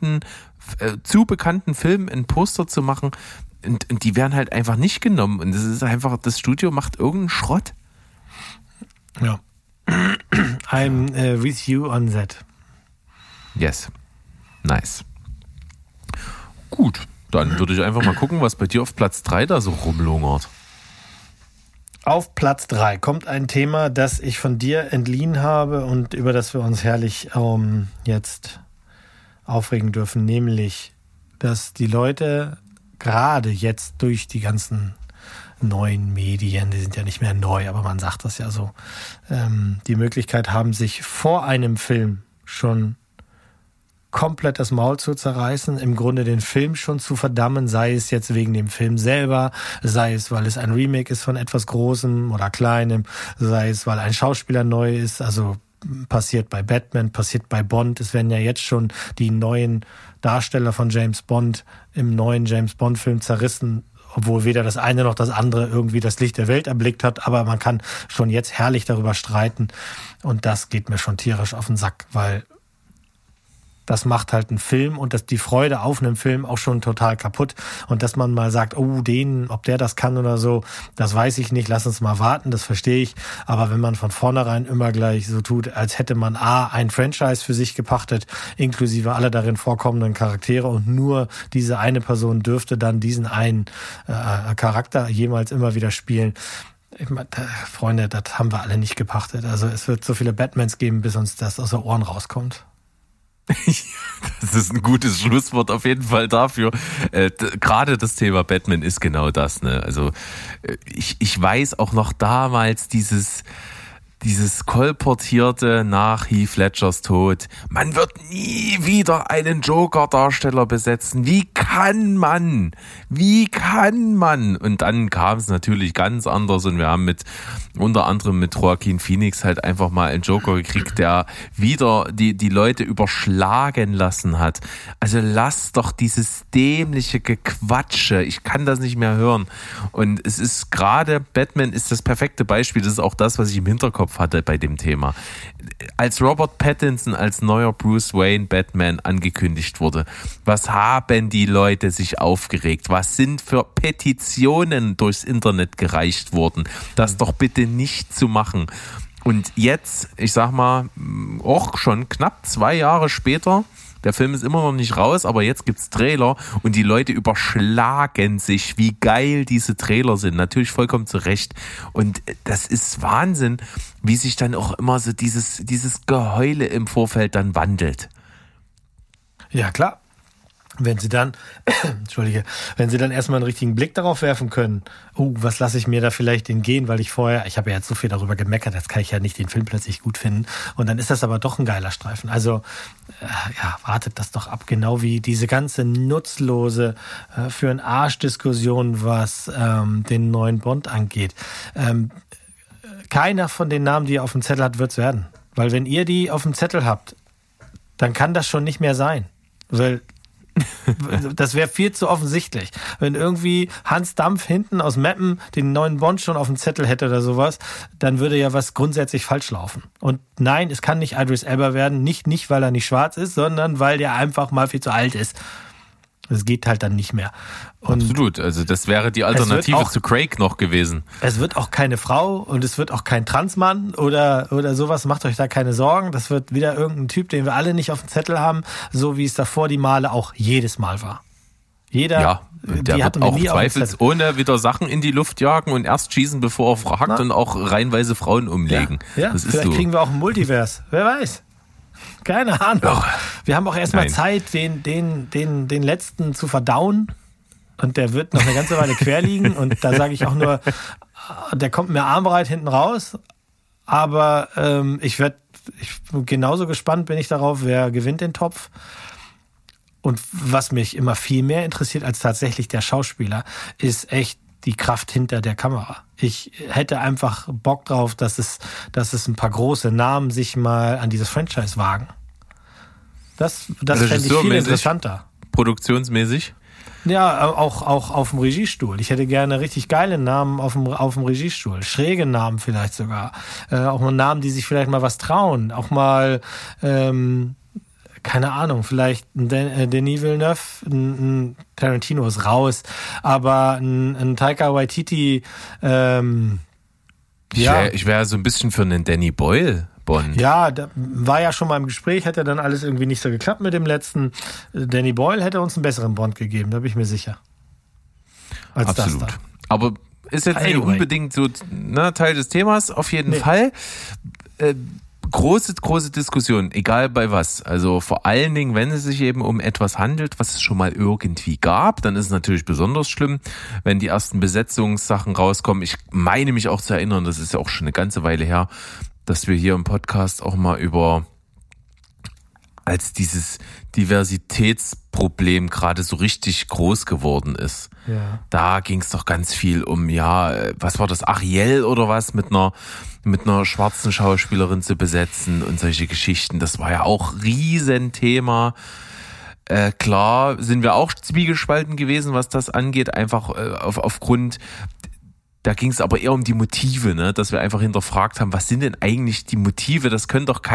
[SPEAKER 4] zu bekannten Filmen ein Poster zu machen und die werden halt einfach nicht genommen. Und das ist einfach, das Studio macht irgendeinen Schrott.
[SPEAKER 1] Ja. I'm with you on that.
[SPEAKER 4] Yes. Nice. Gut, dann würde ich einfach mal gucken, was bei dir auf Platz 3 da so rumlungert.
[SPEAKER 1] Auf Platz 3 kommt ein Thema, das ich von dir entliehen habe und über das wir uns herrlich jetzt aufregen dürfen, nämlich, dass die Leute gerade jetzt durch die ganzen neuen Medien, die sind ja nicht mehr neu, aber man sagt das ja so, die Möglichkeit haben, sich vor einem Film schon komplett das Maul zu zerreißen, im Grunde den Film schon zu verdammen, sei es jetzt wegen dem Film selber, sei es, weil es ein Remake ist von etwas Großem oder Kleinem, sei es, weil ein Schauspieler neu ist, also passiert bei Batman, passiert bei Bond, es werden ja jetzt schon die neuen Darsteller von James Bond im neuen James Bond-Film zerrissen, obwohl weder das eine noch das andere irgendwie das Licht der Welt erblickt hat, aber man kann schon jetzt herrlich darüber streiten und das geht mir schon tierisch auf den Sack, weil das macht halt einen Film und die Freude auf einem Film auch schon total kaputt. Und dass man mal sagt, ob der das kann oder so, das weiß ich nicht, lass uns mal warten, das verstehe ich. Aber wenn man von vornherein immer gleich so tut, als hätte man ein Franchise für sich gepachtet, inklusive aller darin vorkommenden Charaktere und nur diese eine Person dürfte dann diesen einen Charakter jemals immer wieder spielen. Ich meine, Freunde, das haben wir alle nicht gepachtet. Also es wird so viele Batmans geben, bis uns das aus den Ohren rauskommt.
[SPEAKER 4] Das ist ein gutes Schlusswort auf jeden Fall dafür. Gerade das Thema Batman ist genau das. Ne? Also ich weiß auch noch damals dieses kolportierte nach Heath Ledgers Tod. Man wird nie wieder einen Joker-Darsteller besetzen. Wie kann man? Und dann kam es natürlich ganz anders und wir haben unter anderem mit Joaquin Phoenix halt einfach mal einen Joker gekriegt, der wieder die Leute überschlagen lassen hat. Also lass doch dieses dämliche Gequatsche. Ich kann das nicht mehr hören. Und es ist gerade, Batman ist das perfekte Beispiel. Das ist auch das, was ich im Hinterkopf hatte bei dem Thema. Als Robert Pattinson als neuer Bruce Wayne Batman angekündigt wurde, was haben die Leute sich aufgeregt? Was sind für Petitionen durchs Internet gereicht worden? Das doch bitte nicht zu machen. Und jetzt, ich sag mal, auch schon knapp 2 Jahre später, der Film ist immer noch nicht raus, aber jetzt gibt's Trailer und die Leute überschlagen sich, wie geil diese Trailer sind. Natürlich vollkommen zu Recht. Und das ist Wahnsinn, wie sich dann auch immer so dieses Geheule im Vorfeld dann wandelt.
[SPEAKER 1] Ja, klar. Wenn sie dann erstmal einen richtigen Blick darauf werfen können, was lasse ich mir da vielleicht entgehen, weil ich habe ja jetzt so viel darüber gemeckert, jetzt kann ich ja nicht den Film plötzlich gut finden und dann ist das aber doch ein geiler Streifen. Also wartet das doch ab, genau wie diese ganze nutzlose für einen Arsch-Diskussion, was den neuen Bond angeht. Keiner von den Namen, die ihr auf dem Zettel habt, wird's werden. Weil wenn ihr die auf dem Zettel habt, dann kann das schon nicht mehr sein. Weil das wäre viel zu offensichtlich. Wenn irgendwie Hans Dampf hinten aus Meppen den neuen Bond schon auf dem Zettel hätte oder sowas, dann würde ja was grundsätzlich falsch laufen. Und nein, es kann nicht Idris Elba werden, nicht weil er nicht schwarz ist, sondern weil der einfach mal viel zu alt ist. Das geht halt dann nicht mehr. Und
[SPEAKER 4] Absolut, also das wäre die Alternative zu Craig noch gewesen.
[SPEAKER 1] es wird auch keine Frau und es wird auch kein Transmann oder sowas. Macht euch da keine Sorgen. Das wird wieder irgendein Typ, den wir alle nicht auf dem Zettel haben, so wie es davor die Male auch jedes Mal war. Jeder,
[SPEAKER 4] Ja, der wird auch zweifelsohne wieder Sachen in die Luft jagen und erst schießen, bevor er fragt und auch reihenweise Frauen umlegen.
[SPEAKER 1] Ja,
[SPEAKER 4] das ist
[SPEAKER 1] vielleicht
[SPEAKER 4] so.
[SPEAKER 1] kriegen wir auch ein Multivers. Wer weiß. Keine Ahnung.
[SPEAKER 4] Ja.
[SPEAKER 1] Wir haben auch erstmal
[SPEAKER 4] Nein.
[SPEAKER 1] Zeit, den letzten zu verdauen. Und der wird noch eine ganze Weile quer liegen. Und da sage ich auch nur, der kommt mir armbreit hinten raus. Aber genauso gespannt bin ich darauf, wer gewinnt den Topf. Und was mich immer viel mehr interessiert als tatsächlich der Schauspieler, ist echt die Kraft hinter der Kamera. Ich hätte einfach Bock drauf, dass es ein paar große Namen sich mal an dieses Franchise wagen. Das fände ich viel
[SPEAKER 4] Regisseurmäßig?
[SPEAKER 1] interessanter.
[SPEAKER 4] Produktionsmäßig?
[SPEAKER 1] Ja, auch auf dem Regiestuhl. Ich hätte gerne richtig geile Namen auf dem Regiestuhl. Schräge Namen vielleicht sogar. Auch mal Namen, die sich vielleicht mal was trauen. Auch mal, keine Ahnung, vielleicht ein Denis Villeneuve, ein Tarantino ist raus, aber ein Taika Waititi,
[SPEAKER 4] Ich wäre so ein bisschen für einen Danny Boyle Bond.
[SPEAKER 1] Ja, da war ja schon mal im Gespräch, hätte dann alles irgendwie nicht so geklappt mit dem letzten. Danny Boyle hätte uns einen besseren Bond gegeben, da bin ich mir sicher. Als
[SPEAKER 4] Absolut.
[SPEAKER 1] das da.
[SPEAKER 4] Aber ist jetzt nicht unbedingt so Teil des Themas, auf jeden Fall. Große Diskussion, egal bei was. Also vor allen Dingen, wenn es sich eben um etwas handelt, was es schon mal irgendwie gab, dann ist es natürlich besonders schlimm, wenn die ersten Besetzungssachen rauskommen. Ich meine mich auch zu erinnern, das ist ja auch schon eine ganze Weile her, dass wir hier im Podcast auch mal als dieses Diversitätsproblem gerade so richtig groß geworden ist.
[SPEAKER 1] Ja.
[SPEAKER 4] Da ging es doch ganz viel um, was war das, Ariel oder was, mit einer schwarzen Schauspielerin zu besetzen und solche Geschichten. Das war ja auch Riesenthema. Klar sind wir auch zwiegespalten gewesen, was das angeht, einfach aufgrund. Da ging es aber eher um die Motive, ne? Dass wir einfach hinterfragt haben, was sind denn eigentlich die Motive? Das können doch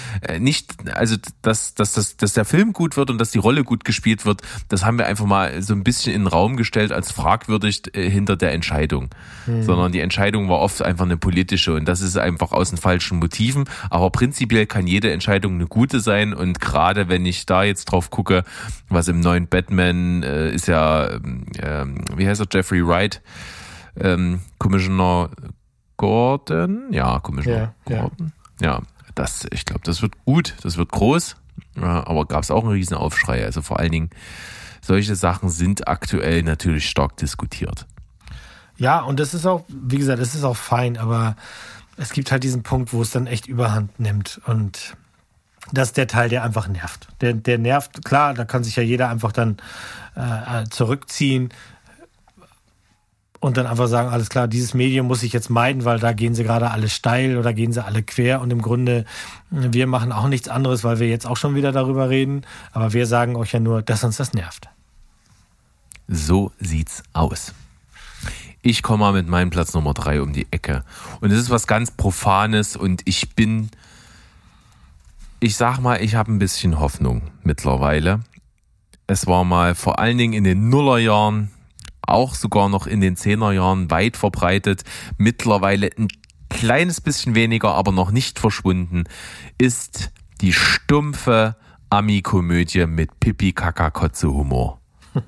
[SPEAKER 4] dass der Film gut wird und dass die Rolle gut gespielt wird, das haben wir einfach mal so ein bisschen in den Raum gestellt als fragwürdig hinter der Entscheidung. Sondern die Entscheidung war oft einfach eine politische und das ist einfach aus den falschen Motiven. Aber prinzipiell kann jede Entscheidung eine gute sein und gerade wenn ich da jetzt drauf gucke, was im neuen Batman ist ja, wie heißt er, Jeffrey Wright, Commissioner Gordon, Gordon. Ja, ich glaube, das wird gut, das wird groß, aber gab es auch einen riesen Aufschrei. Also vor allen Dingen, solche Sachen sind aktuell natürlich stark diskutiert.
[SPEAKER 1] Ja, und das ist auch, wie gesagt, das ist auch fein, aber es gibt halt diesen Punkt, wo es dann echt Überhand nimmt und das ist der Teil, der einfach nervt. Der nervt, klar, da kann sich ja jeder einfach dann zurückziehen und dann einfach sagen, alles klar, dieses Medium muss ich jetzt meiden, weil da gehen sie gerade alle steil oder gehen sie alle quer und im Grunde, wir machen auch nichts anderes, weil wir jetzt auch schon wieder darüber reden, aber wir sagen euch ja nur, dass uns das nervt.
[SPEAKER 4] So sieht's aus. Ich komme mal mit meinem Platz Nummer 3 um die Ecke und es ist was ganz Profanes und ich sag mal, ich habe ein bisschen Hoffnung mittlerweile. Es war mal vor allen Dingen in den Nullerjahren, auch sogar noch in den 10er-Jahren weit verbreitet, mittlerweile ein kleines bisschen weniger, aber noch nicht verschwunden, ist die stumpfe Ami-Komödie mit Pipi-Kaka-Kotze-Humor.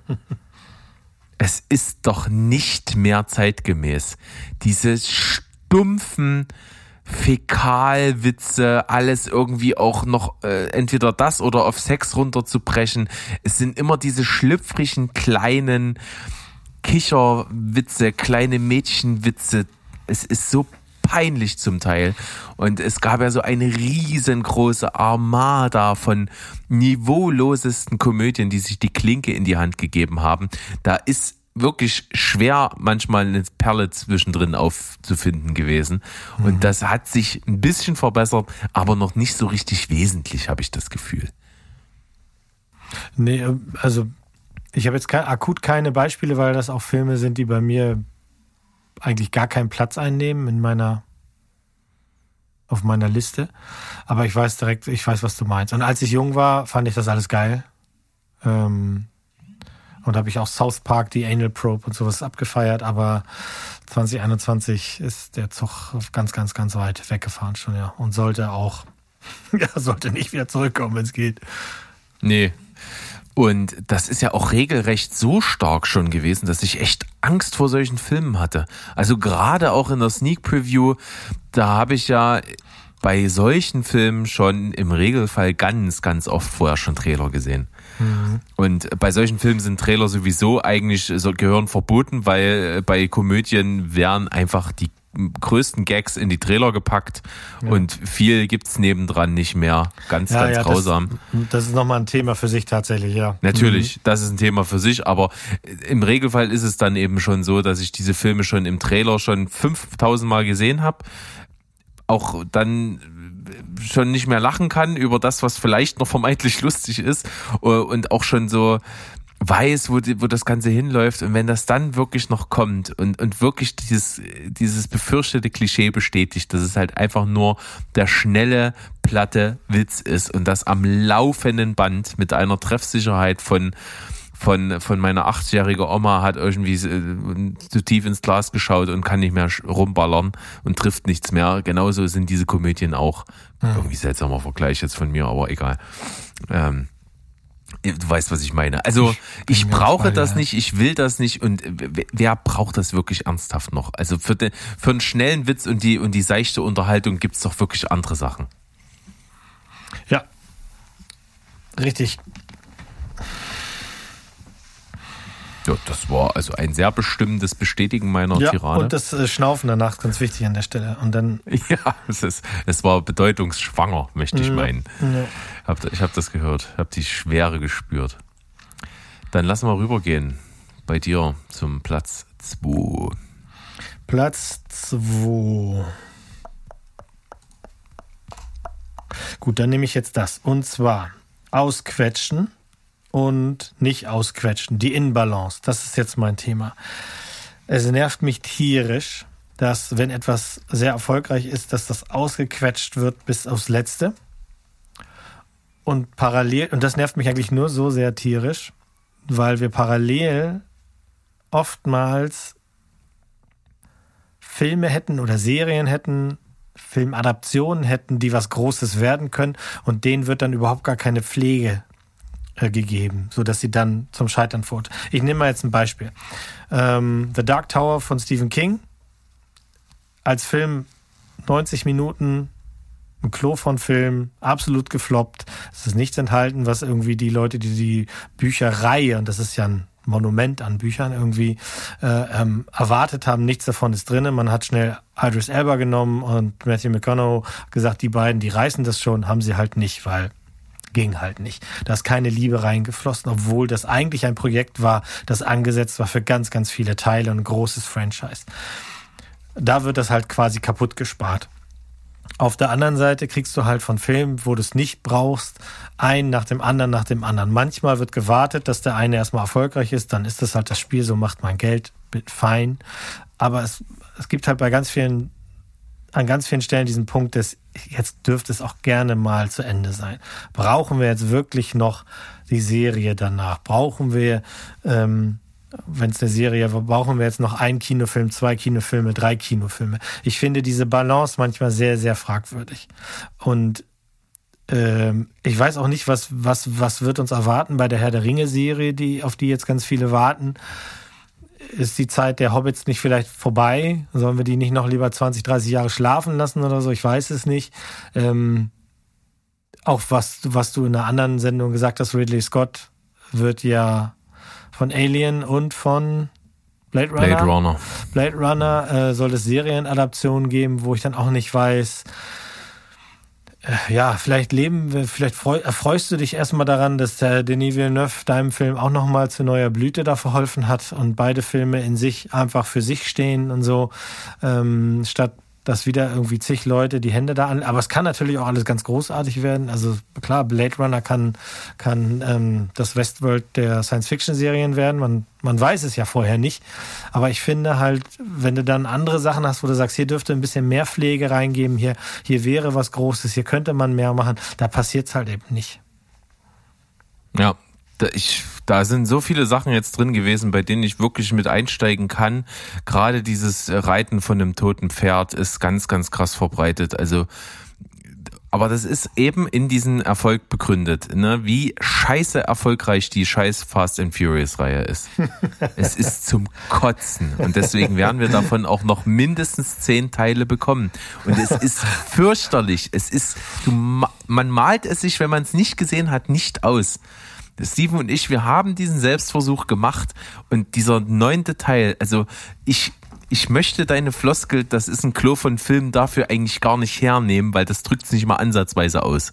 [SPEAKER 4] Es ist doch nicht mehr zeitgemäß. Diese stumpfen Fäkalwitze, alles irgendwie auch noch entweder das oder auf Sex runterzubrechen. Es sind immer diese schlüpfrigen kleinen Kicherwitze, kleine Mädchenwitze. Es ist so peinlich zum Teil. Und es gab ja so eine riesengroße Armada von niveaulosesten Komödien, die sich die Klinke in die Hand gegeben haben. Da ist wirklich schwer manchmal eine Perle zwischendrin aufzufinden gewesen. Und das hat sich ein bisschen verbessert, aber noch nicht so richtig wesentlich, habe ich das Gefühl.
[SPEAKER 1] Nee, also ich habe jetzt akut keine Beispiele, weil das auch Filme sind, die bei mir eigentlich gar keinen Platz einnehmen auf meiner Liste. Aber ich weiß, was du meinst. Und als ich jung war, fand ich das alles geil. Und habe ich auch South Park, die Anal Probe und sowas abgefeiert, aber 2021 ist der Zug ganz, ganz, ganz weit weggefahren schon, ja. Und sollte auch, sollte nicht wieder zurückkommen, wenn es geht.
[SPEAKER 4] Nee. Und das ist ja auch regelrecht so stark schon gewesen, dass ich echt Angst vor solchen Filmen hatte. Also gerade auch in der Sneak Preview, da habe ich ja bei solchen Filmen schon im Regelfall ganz, ganz oft vorher schon Trailer gesehen. Mhm. Und bei solchen Filmen sind Trailer sowieso eigentlich gehören verboten, weil bei Komödien werden einfach die größten Gags in die Trailer gepackt und viel gibt's nebendran nicht mehr. Ganz grausam.
[SPEAKER 1] Das ist nochmal ein Thema für sich tatsächlich, ja.
[SPEAKER 4] Natürlich, das ist ein Thema für sich, aber im Regelfall ist es dann eben schon so, dass ich diese Filme schon im Trailer schon 5000 Mal gesehen habe. Auch dann schon nicht mehr lachen kann über das, was vielleicht noch vermeintlich lustig ist und auch schon so weiß, wo das Ganze hinläuft. Und wenn das dann wirklich noch kommt und wirklich dieses befürchtete Klischee bestätigt, dass es halt einfach nur der schnelle, platte Witz ist und das am laufenden Band mit einer Treffsicherheit von meiner 80-jährige Oma hat irgendwie zu tief ins Glas geschaut und kann nicht mehr rumballern und trifft nichts mehr. Genauso sind diese Komödien auch. Irgendwie seltsamer Vergleich jetzt von mir, aber egal. Du weißt, was ich meine. Also ich brauche das nicht, ich will das nicht und wer braucht das wirklich ernsthaft noch? Also für einen schnellen Witz und die seichte Unterhaltung gibt's doch wirklich andere Sachen.
[SPEAKER 1] Ja, richtig.
[SPEAKER 4] Ja, das war also ein sehr bestimmendes Bestätigen meiner Tirade.
[SPEAKER 1] Und das Schnaufen danach ist ganz wichtig an der Stelle. Und dann
[SPEAKER 4] ja, es war bedeutungsschwanger, möchte ich meinen. Ja. Ich habe das gehört, habe die Schwere gespürt. Dann lassen wir rübergehen bei dir zum Platz 2.
[SPEAKER 1] Platz 2. Gut, dann nehme ich jetzt das. Und zwar ausquetschen und nicht ausquetschen. Die Inbalance, das ist jetzt mein Thema. Es nervt mich tierisch, dass, wenn etwas sehr erfolgreich ist, dass das ausgequetscht wird bis aufs Letzte. Und parallel, und das nervt mich eigentlich nur so sehr tierisch, weil wir parallel oftmals Filme hätten oder Serien hätten, Filmadaptionen hätten, die was Großes werden können und denen wird dann überhaupt gar keine Pflege gegeben, sodass sie dann zum Scheitern führt. Ich nehme mal jetzt ein Beispiel. The Dark Tower von Stephen King. Als Film 90 Minuten, ein Klo von Film, absolut gefloppt. Es ist nichts enthalten, was irgendwie die Leute, die Bücherreihe, und das ist ja ein Monument an Büchern irgendwie, erwartet haben. Nichts davon ist drin. Man hat schnell Idris Elba genommen und Matthew McConaughey gesagt, die beiden, die reißen das schon, haben sie halt nicht, weil ging halt nicht. Da ist keine Liebe reingeflossen, obwohl das eigentlich ein Projekt war, das angesetzt war für ganz, ganz viele Teile und ein großes Franchise. Da wird das halt quasi kaputt gespart. Auf der anderen Seite kriegst du halt von Filmen, wo du es nicht brauchst, einen nach dem anderen, nach dem anderen. Manchmal wird gewartet, dass der eine erstmal erfolgreich ist, dann ist das halt das Spiel, so macht man Geld, fein. Aber es gibt halt an ganz vielen Stellen diesen Punkt, dass jetzt dürfte es auch gerne mal zu Ende sein. Brauchen wir jetzt wirklich noch die Serie danach? Brauchen wir, wenn es eine Serie war, brauchen wir jetzt noch einen Kinofilm, 2 Kinofilme, 3 Kinofilme? Ich finde diese Balance manchmal sehr, sehr fragwürdig. Und ich weiß auch nicht, was wird uns erwarten bei der Herr der Ringe-Serie, auf die jetzt ganz viele warten. Ist die Zeit der Hobbits nicht vielleicht vorbei? Sollen wir die nicht noch lieber 20, 30 Jahre schlafen lassen oder so? Ich weiß es nicht. Auch was du in einer anderen Sendung gesagt hast, Ridley Scott wird ja von Alien und von Blade Runner soll es Serienadaptionen geben, wo ich dann auch nicht weiß, vielleicht erfreust du dich erstmal daran, dass der Denis Villeneuve deinem Film auch nochmal zu neuer Blüte da verholfen hat und beide Filme in sich einfach für sich stehen und so, statt dass wieder irgendwie zig Leute die Hände da an. Aber es kann natürlich auch alles ganz großartig werden. Also klar, Blade Runner kann das Westworld der Science-Fiction-Serien werden. Man weiß es ja vorher nicht. Aber ich finde halt, wenn du dann andere Sachen hast, wo du sagst, hier dürfte ein bisschen mehr Pflege reingeben, hier wäre was Großes, hier könnte man mehr machen, da passiert es halt eben nicht.
[SPEAKER 4] Ja, Da sind so viele Sachen jetzt drin gewesen, bei denen ich wirklich mit einsteigen kann. Gerade dieses Reiten von einem toten Pferd ist ganz, ganz krass verbreitet. Also, aber das ist eben in diesen Erfolg begründet, ne? Wie scheiße erfolgreich die scheiß Fast and Furious Reihe ist. Es ist zum Kotzen. Und deswegen werden wir davon auch noch mindestens 10 Teile bekommen. Und es ist fürchterlich. Man malt es sich, wenn man es nicht gesehen hat, nicht aus. Steven und ich, wir haben diesen Selbstversuch gemacht. Und dieser 9. Teil, also ich möchte deine Floskel, das ist ein Klo von Film, dafür eigentlich gar nicht hernehmen, weil das drückt es nicht mal ansatzweise aus.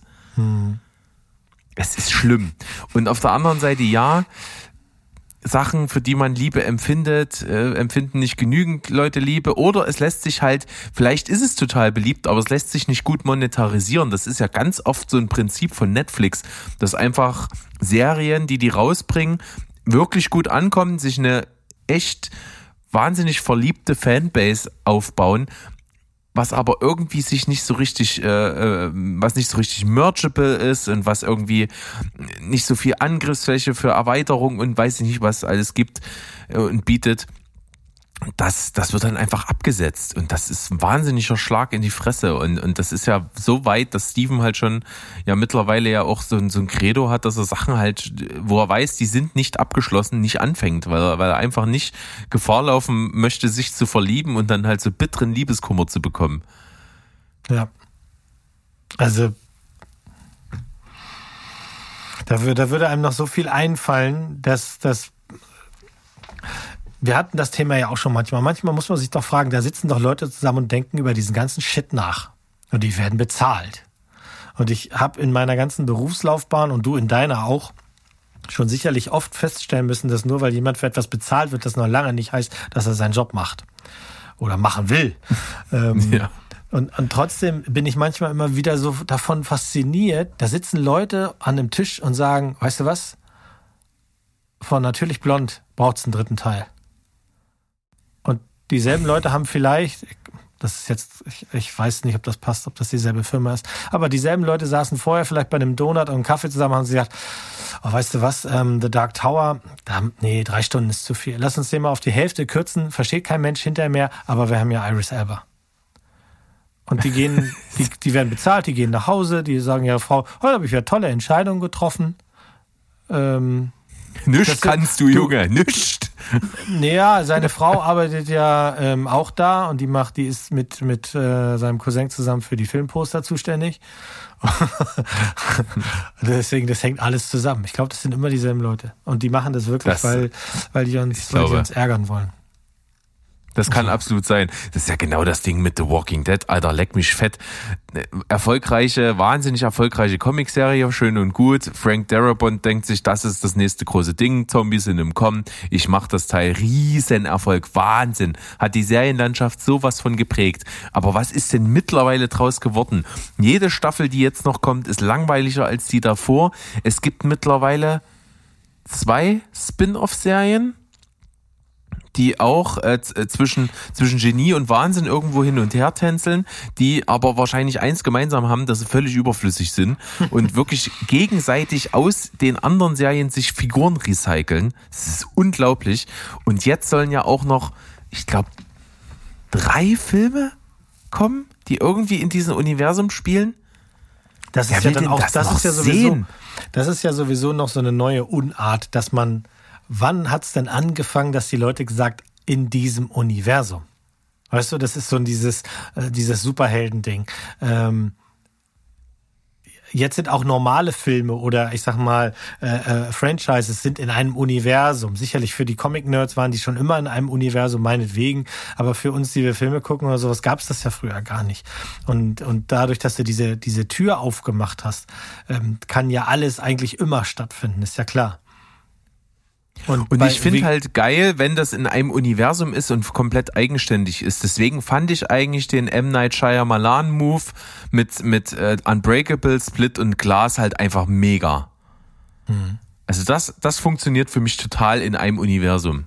[SPEAKER 4] Es ist schlimm. Und auf der anderen Seite, ja, Sachen, für die man Liebe empfindet, empfinden nicht genügend Leute Liebe, oder es lässt sich halt, vielleicht ist es total beliebt, aber es lässt sich nicht gut monetarisieren. Das ist ja ganz oft so ein Prinzip von Netflix, dass einfach Serien, die rausbringen, wirklich gut ankommen, sich eine echt wahnsinnig verliebte Fanbase aufbauen, was aber irgendwie sich nicht so richtig, was nicht so richtig merchable ist und was irgendwie nicht so viel Angriffsfläche für Erweiterung und weiß ich nicht, was alles gibt und bietet. Das wird dann einfach abgesetzt und das ist ein wahnsinniger Schlag in die Fresse und das ist ja so weit, dass Steven halt schon ja mittlerweile ja auch so ein Credo hat, dass er Sachen halt, wo er weiß, die sind nicht abgeschlossen, nicht anfängt, weil er einfach nicht Gefahr laufen möchte, sich zu verlieben und dann halt so bitteren Liebeskummer zu bekommen.
[SPEAKER 1] Ja. Also da würde einem noch so viel einfallen, dass wir hatten das Thema ja auch schon manchmal. Manchmal muss man sich doch fragen, da sitzen doch Leute zusammen und denken über diesen ganzen Shit nach. Und die werden bezahlt. Und ich habe in meiner ganzen Berufslaufbahn und du in deiner auch schon sicherlich oft feststellen müssen, dass nur weil jemand für etwas bezahlt wird, das noch lange nicht heißt, dass er seinen Job macht. Oder machen will.
[SPEAKER 4] Ja.
[SPEAKER 1] Und trotzdem bin ich manchmal immer wieder so davon fasziniert. Da sitzen Leute an einem Tisch und sagen, weißt du was? Von Natürlich Blond braucht es einen 3. Teil. Und dieselben Leute haben vielleicht, das ist jetzt, ich weiß nicht, ob das passt, ob das dieselbe Firma ist, aber dieselben Leute saßen vorher vielleicht bei einem Donut und einem Kaffee zusammen und haben gesagt, oh, weißt du was, The Dark Tower, 3 Stunden ist zu viel. Lass uns den mal auf die Hälfte kürzen, versteht kein Mensch hinterher mehr, aber wir haben ja Idris Elba. Und die gehen, die werden bezahlt, die gehen nach Hause, die sagen, ja Frau, heute habe ich ja tolle Entscheidungen getroffen.
[SPEAKER 4] Nichts kannst du, Junge, nichts.
[SPEAKER 1] Naja, seine Frau arbeitet ja auch da und die ist mit seinem Cousin zusammen für die Filmposter zuständig. Deswegen, das hängt alles zusammen. Ich glaube, das sind immer dieselben Leute. Und die machen das wirklich, weil die uns ärgern wollen.
[SPEAKER 4] Das kann absolut sein. Das ist ja genau das Ding mit The Walking Dead. Alter, leck mich fett. Wahnsinnig erfolgreiche Comicserie, schön und gut. Frank Darabont denkt sich, das ist das nächste große Ding. Zombies sind im Kommen. Ich mach das Teil. Riesenerfolg. Wahnsinn. Hat die Serienlandschaft sowas von geprägt. Aber was ist denn mittlerweile draus geworden? Jede Staffel, die jetzt noch kommt, ist langweiliger als die davor. Es gibt mittlerweile 2 Spin-off-Serien, die auch zwischen Genie und Wahnsinn irgendwo hin und her tänzeln, die aber wahrscheinlich eins gemeinsam haben, dass sie völlig überflüssig sind und wirklich gegenseitig aus den anderen Serien sich Figuren recyceln. Das ist unglaublich. Und jetzt sollen ja auch noch, ich glaube, 3 Filme kommen, die irgendwie in diesem Universum spielen.
[SPEAKER 1] Das ist ja dann auch, das ist ja sowieso noch so eine neue Unart, dass man, wann hat's denn angefangen, dass die Leute gesagt, in diesem Universum? Weißt du, das ist so dieses Superhelden-Ding. Jetzt sind auch normale Filme oder ich sag mal Franchises sind in einem Universum. Sicherlich für die Comic-Nerds waren die schon immer in einem Universum, meinetwegen. Aber für uns, die wir Filme gucken oder sowas, gab's das ja früher gar nicht. Und dadurch, dass du diese Tür aufgemacht hast, kann ja alles eigentlich immer stattfinden, ist ja klar.
[SPEAKER 4] Und ich finde halt geil, wenn das in einem Universum ist und komplett eigenständig ist. Deswegen fand ich eigentlich den M. Night Shyamalan Move mit Unbreakable, Split und Glass halt einfach mega. Also das funktioniert für mich total in einem Universum.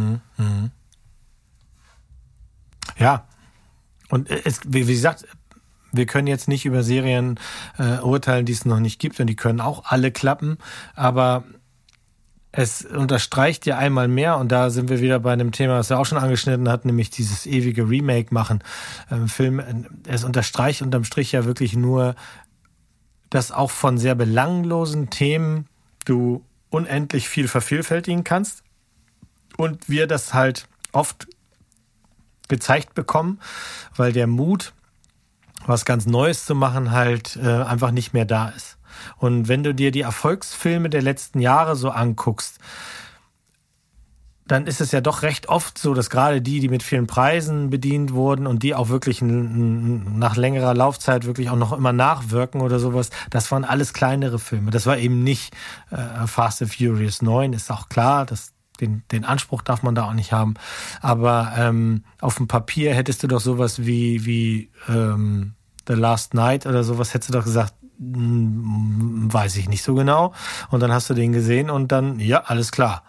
[SPEAKER 1] Ja. Und wie gesagt, wir können jetzt nicht über Serien urteilen, die es noch nicht gibt und die können auch alle klappen, aber es unterstreicht ja einmal mehr, und da sind wir wieder bei einem Thema, das wir auch schon angeschnitten hatten, nämlich dieses ewige Remake machen. Film, es unterstreicht unterm Strich ja wirklich nur, dass auch von sehr belanglosen Themen du unendlich viel vervielfältigen kannst und wir das halt oft gezeigt bekommen, weil der Mut, was ganz Neues zu machen, halt einfach nicht mehr da ist. Und wenn du dir die Erfolgsfilme der letzten Jahre so anguckst, dann ist es ja doch recht oft so, dass gerade die mit vielen Preisen bedient wurden und die auch wirklich nach längerer Laufzeit wirklich auch noch immer nachwirken oder sowas, das waren alles kleinere Filme. Das war eben nicht Fast and Furious 9, ist auch klar, den Anspruch darf man da auch nicht haben. Aber auf dem Papier hättest du doch sowas wie The Last Night oder sowas, hättest du doch gesagt, weiß ich nicht so genau. Und dann hast du den gesehen und dann, ja, alles klar.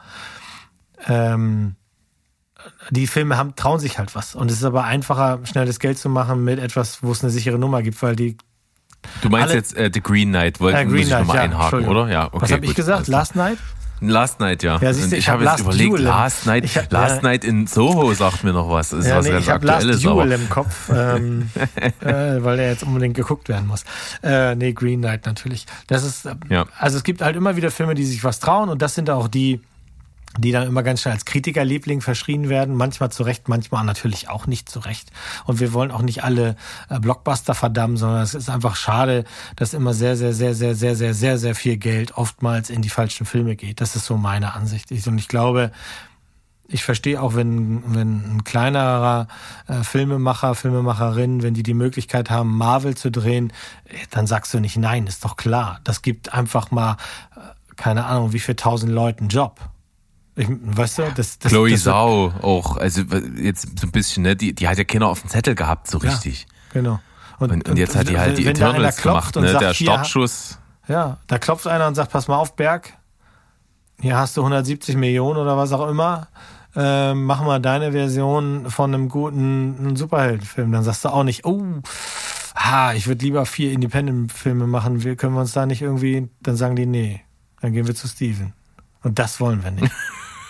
[SPEAKER 1] Die Filme trauen sich halt was. Und es ist aber einfacher, schnelles Geld zu machen mit etwas, wo es eine sichere Nummer gibt, weil die...
[SPEAKER 4] Du meinst jetzt The Green Knight, muss ich nochmal einhaken, oder? Ja, okay,
[SPEAKER 1] was habe ich gesagt? Last Night?
[SPEAKER 4] Last Night, ja.
[SPEAKER 1] Ja, siehst du,
[SPEAKER 4] ich habe jetzt überlegt,
[SPEAKER 1] Duel
[SPEAKER 4] Last Night in Soho sagt mir noch was. Das ist was ganz
[SPEAKER 1] ich habe
[SPEAKER 4] Aktuelles.
[SPEAKER 1] Last Duel im Kopf, weil der jetzt unbedingt geguckt werden muss. Green Knight natürlich. Das ist, also es gibt halt immer wieder Filme, die sich was trauen, und das sind auch die dann immer ganz schnell als Kritikerliebling verschrien werden. Manchmal zu Recht, manchmal natürlich auch nicht zu Recht. Und wir wollen auch nicht alle Blockbuster verdammen, sondern es ist einfach schade, dass immer sehr, sehr, sehr, sehr, sehr, sehr, sehr, sehr viel Geld oftmals in die falschen Filme geht. Das ist so meine Ansicht. Und ich glaube, ich verstehe auch, wenn ein kleinerer Filmemacher, Filmemacherin, wenn die Möglichkeit haben, Marvel zu drehen, dann sagst du nicht nein, ist doch klar. Das gibt einfach mal, keine Ahnung, wie viel 1000 Leuten Job. Weißt du,
[SPEAKER 4] Chloe Zhao auch, also jetzt so ein bisschen, ne, die hat ja keiner auf dem Zettel gehabt, so richtig.
[SPEAKER 1] Ja, genau.
[SPEAKER 4] Und jetzt hat die halt die Eternals gemacht, ne,
[SPEAKER 1] sagt,
[SPEAKER 4] der Startschuss.
[SPEAKER 1] Ja, da klopft einer und sagt, pass mal auf, Berg, hier hast du 170 Millionen oder was auch immer, mach mal deine Version von einem guten Superheldenfilm. Dann sagst du auch nicht, ich würde lieber 4 Independent-Filme machen, können wir uns da nicht irgendwie, dann sagen die, nee, dann gehen wir zu Steven. Und das wollen wir nicht.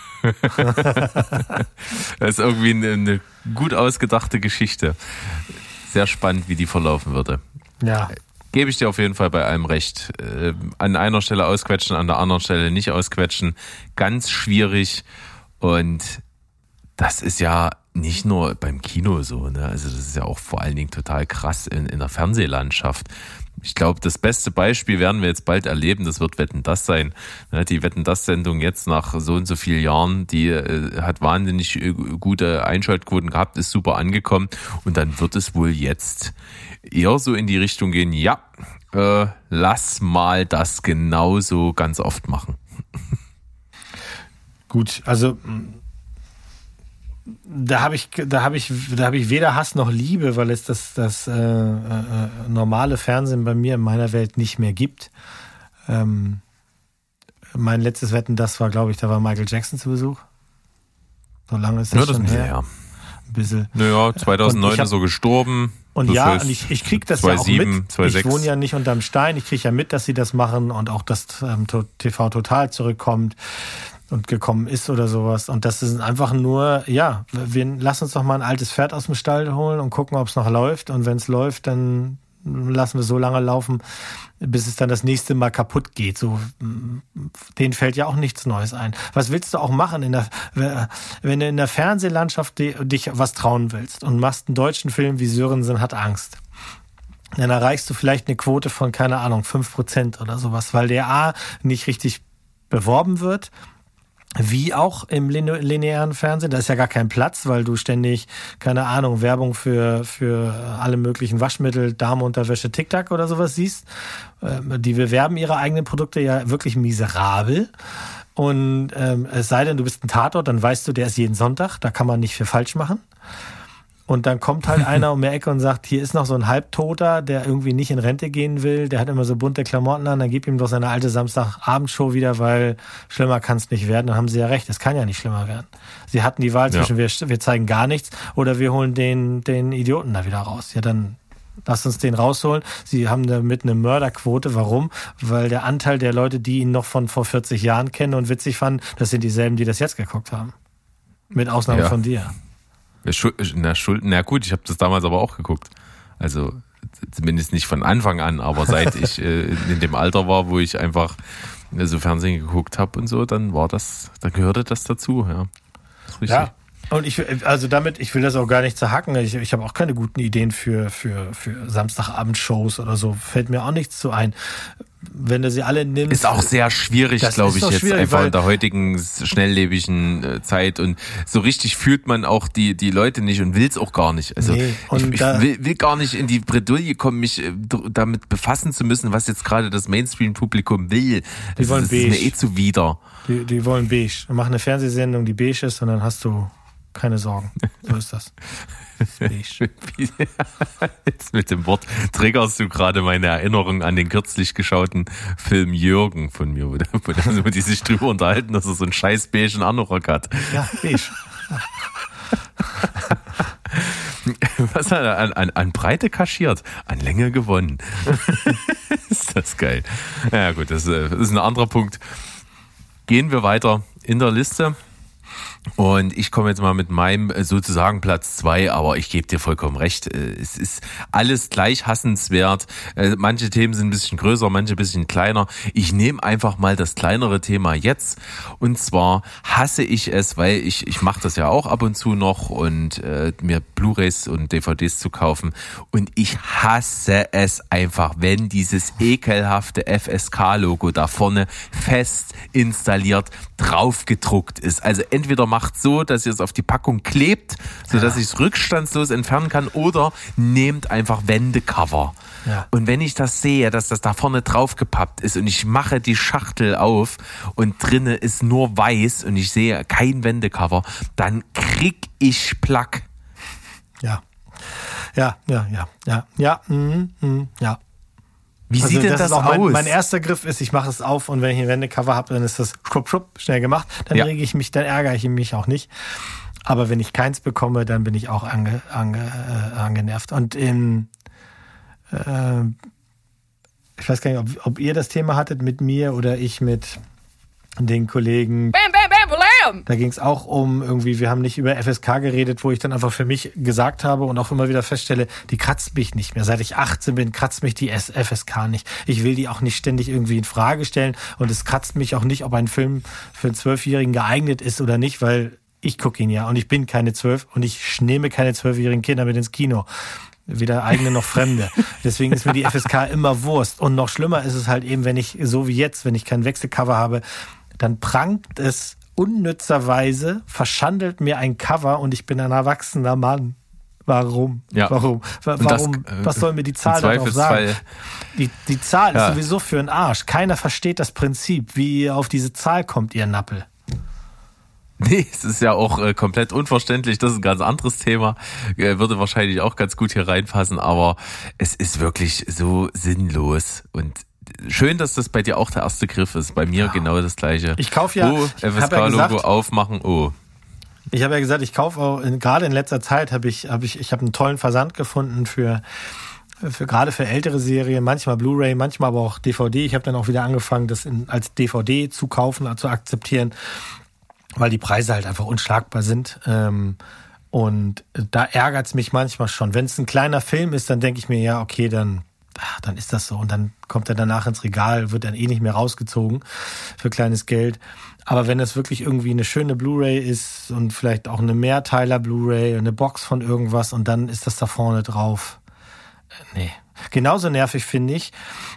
[SPEAKER 4] Das ist irgendwie eine gut ausgedachte Geschichte. Sehr spannend, wie die verlaufen würde.
[SPEAKER 1] Ja.
[SPEAKER 4] Gebe ich dir auf jeden Fall bei allem recht. An einer Stelle ausquetschen, an der anderen Stelle nicht ausquetschen. Ganz schwierig. Und das ist ja nicht nur beim Kino so, ne? Also das ist ja auch vor allen Dingen total krass in der Fernsehlandschaft. Ich glaube, das beste Beispiel werden wir jetzt bald erleben, das wird Wetten, das sein. Die Wetten, das Sendung jetzt nach so und so vielen Jahren, die hat wahnsinnig gute Einschaltquoten gehabt, ist super angekommen, und dann wird es wohl jetzt eher so in die Richtung gehen, lass mal das genauso ganz oft machen.
[SPEAKER 1] Gut, also da habe ich weder Hass noch Liebe, weil es das normale Fernsehen bei mir in meiner Welt nicht mehr gibt. Mein letztes Wetten, das war, glaube ich, da war Michael Jackson zu Besuch. So lange ist das schon her. Ein bisschen.
[SPEAKER 4] Naja, 2009 ist so gestorben.
[SPEAKER 1] Und
[SPEAKER 4] das
[SPEAKER 1] ja,
[SPEAKER 4] heißt,
[SPEAKER 1] und ich kriege das
[SPEAKER 4] 2007,
[SPEAKER 1] ja auch mit.
[SPEAKER 4] 2006.
[SPEAKER 1] Ich wohne ja nicht unterm Stein. Ich kriege ja mit, dass sie das machen und auch, dass TV Total zurückkommt und gekommen ist oder sowas. Und das ist einfach nur, lass uns doch mal ein altes Pferd aus dem Stall holen und gucken, ob es noch läuft. Und wenn es läuft, dann lassen wir so lange laufen, bis es dann das nächste Mal kaputt geht. So, denen fällt ja auch nichts Neues ein. Was willst du auch machen, wenn du in der Fernsehlandschaft dich was trauen willst und machst einen deutschen Film wie Sörensen hat Angst? Dann erreichst du vielleicht eine Quote von, keine Ahnung, 5% oder sowas, weil der A nicht richtig beworben wird, wie auch im linearen Fernsehen. Da ist ja gar kein Platz, weil du ständig, keine Ahnung, Werbung für alle möglichen Waschmittel, Damenunterwäsche, Tic-Tac oder sowas siehst. Die bewerben ihre eigenen Produkte ja wirklich miserabel. Und es sei denn, du bist ein Tatort, dann weißt du, der ist jeden Sonntag, da kann man nicht viel falsch machen. Und dann kommt halt einer um die Ecke und sagt, hier ist noch so ein Halbtoter, der irgendwie nicht in Rente gehen will, der hat immer so bunte Klamotten an, dann gib ihm doch seine alte Samstagabendshow wieder, weil schlimmer kann es nicht werden. Dann haben sie ja recht, es kann ja nicht schlimmer werden. Sie hatten die Wahl zwischen wir zeigen gar nichts oder wir holen den Idioten da wieder raus. Ja, dann Lass uns den rausholen. Sie haben damit eine Mörderquote. Warum? Weil der Anteil der Leute, die ihn noch von vor 40 Jahren kennen und witzig fanden, das sind dieselben, die das jetzt geguckt haben. Mit Ausnahme von dir.
[SPEAKER 4] Na gut, ich habe das damals aber auch geguckt. Also zumindest nicht von Anfang an, aber seit ich in dem Alter war, wo ich einfach so Fernsehen geguckt habe und so, dann gehörte das dazu. Ja, das ist richtig.
[SPEAKER 1] Ja. Und ich will das auch gar nicht zerhacken. Ich habe auch keine guten Ideen für Samstagabendshows oder so. Fällt mir auch nichts zu ein. Wenn du sie alle nimmst.
[SPEAKER 4] Ist auch sehr schwierig, glaube ich, jetzt einfach in der heutigen schnelllebigen Zeit. Und so richtig fühlt man auch die Leute nicht und will es auch gar nicht. Also
[SPEAKER 1] nee,
[SPEAKER 4] ich will gar nicht in die Bredouille kommen, mich damit befassen zu müssen, was jetzt gerade das Mainstream-Publikum will.
[SPEAKER 1] Die wollen beige.
[SPEAKER 4] Das ist mir zuwider.
[SPEAKER 1] Die wollen beige. Mach eine Fernsehsendung, die beige ist, und dann hast du keine Sorgen. So ist das.
[SPEAKER 4] Jetzt mit dem Wort triggerst du gerade meine Erinnerung an den kürzlich geschauten Film Jürgen von mir, wo die sich drüber unterhalten, dass er so einen scheiß beigen Anorak hat.
[SPEAKER 1] Ja, beige.
[SPEAKER 4] Was hat er an Breite kaschiert, an Länge gewonnen. Ist das geil. Ja gut, das ist ein anderer Punkt. Gehen wir weiter in der Liste. Und ich komme jetzt mal mit meinem sozusagen Platz 2, aber ich gebe dir vollkommen recht. Es ist alles gleich hassenswert. Manche Themen sind ein bisschen größer, manche ein bisschen kleiner. Ich nehme einfach mal das kleinere Thema jetzt. Und zwar hasse ich es, weil ich mache das ja auch ab und zu noch und mir Blu-rays und DVDs zu kaufen. Und ich hasse es einfach, wenn dieses ekelhafte FSK-Logo da vorne fest installiert draufgedruckt ist. Also entweder macht so, dass ihr es auf die Packung klebt, sodass ich es rückstandslos entfernen kann, oder nehmt einfach Wendecover. Ja. Und wenn ich das sehe, dass das da vorne draufgepappt ist und ich mache die Schachtel auf und drinne ist nur weiß und ich sehe kein Wendecover, dann krieg ich Plack.
[SPEAKER 1] Ja.
[SPEAKER 4] Wie sieht denn das aus?
[SPEAKER 1] Mein erster Griff ist, ich mache es auf und wenn ich ein Wendecover habe, dann ist das schnell gemacht. Dann dann ärgere ich mich auch nicht. Aber wenn ich keins bekomme, dann bin ich auch angenervt. Und ich weiß gar nicht, ob ihr das Thema hattet mit mir oder ich mit den Kollegen.
[SPEAKER 5] Bam, bam, bam, blam.
[SPEAKER 1] Da ging es auch um irgendwie, wir haben nicht über FSK geredet, wo ich dann einfach für mich gesagt habe und auch immer wieder feststelle, die kratzt mich nicht mehr. Seit ich 18 bin, kratzt mich die FSK nicht. Ich will die auch nicht ständig irgendwie in Frage stellen und es kratzt mich auch nicht, ob ein Film für einen 12-Jährigen geeignet ist oder nicht, weil ich gucke ihn ja und ich bin keine 12 und ich nehme keine 12-jährigen Kinder mit ins Kino. Weder eigene noch Fremde. Deswegen ist mir die FSK immer Wurst. Und noch schlimmer ist es halt eben, wenn ich, so wie jetzt, wenn ich kein Wechselcover habe, dann prangt es unnützerweise, verschandelt mir ein Cover und ich bin ein erwachsener Mann. Warum?
[SPEAKER 4] Ja.
[SPEAKER 1] Warum? Was soll mir die Zahl darauf sagen? Die Zahl ist sowieso für einen Arsch. Keiner versteht das Prinzip, wie ihr auf diese Zahl kommt, ihr Nappel.
[SPEAKER 4] Nee, es ist ja auch komplett unverständlich. Das ist ein ganz anderes Thema. Würde wahrscheinlich auch ganz gut hier reinpassen, aber es ist wirklich so sinnlos. Und schön, dass das bei dir auch der erste Griff ist. Bei mir genau das Gleiche.
[SPEAKER 1] Ich kaufe ja.
[SPEAKER 4] FSK-Logo aufmachen.
[SPEAKER 1] Ich habe ja gesagt, ich kaufe auch, gerade in letzter Zeit habe ich einen tollen Versand gefunden gerade für ältere Serien, manchmal Blu-ray, manchmal aber auch DVD. Ich habe dann auch wieder angefangen, das als DVD zu kaufen, zu akzeptieren, weil die Preise halt einfach unschlagbar sind. Und da ärgert es mich manchmal schon. Wenn es ein kleiner Film ist, dann denke ich mir, ja, okay, dann ist das so. Und dann kommt er danach ins Regal, wird dann nicht mehr rausgezogen für kleines Geld. Aber wenn es wirklich irgendwie eine schöne Blu-ray ist und vielleicht auch eine Mehrteiler Blu-ray, eine Box von irgendwas und dann ist das da vorne drauf. Nee. Genauso nervig finde ich.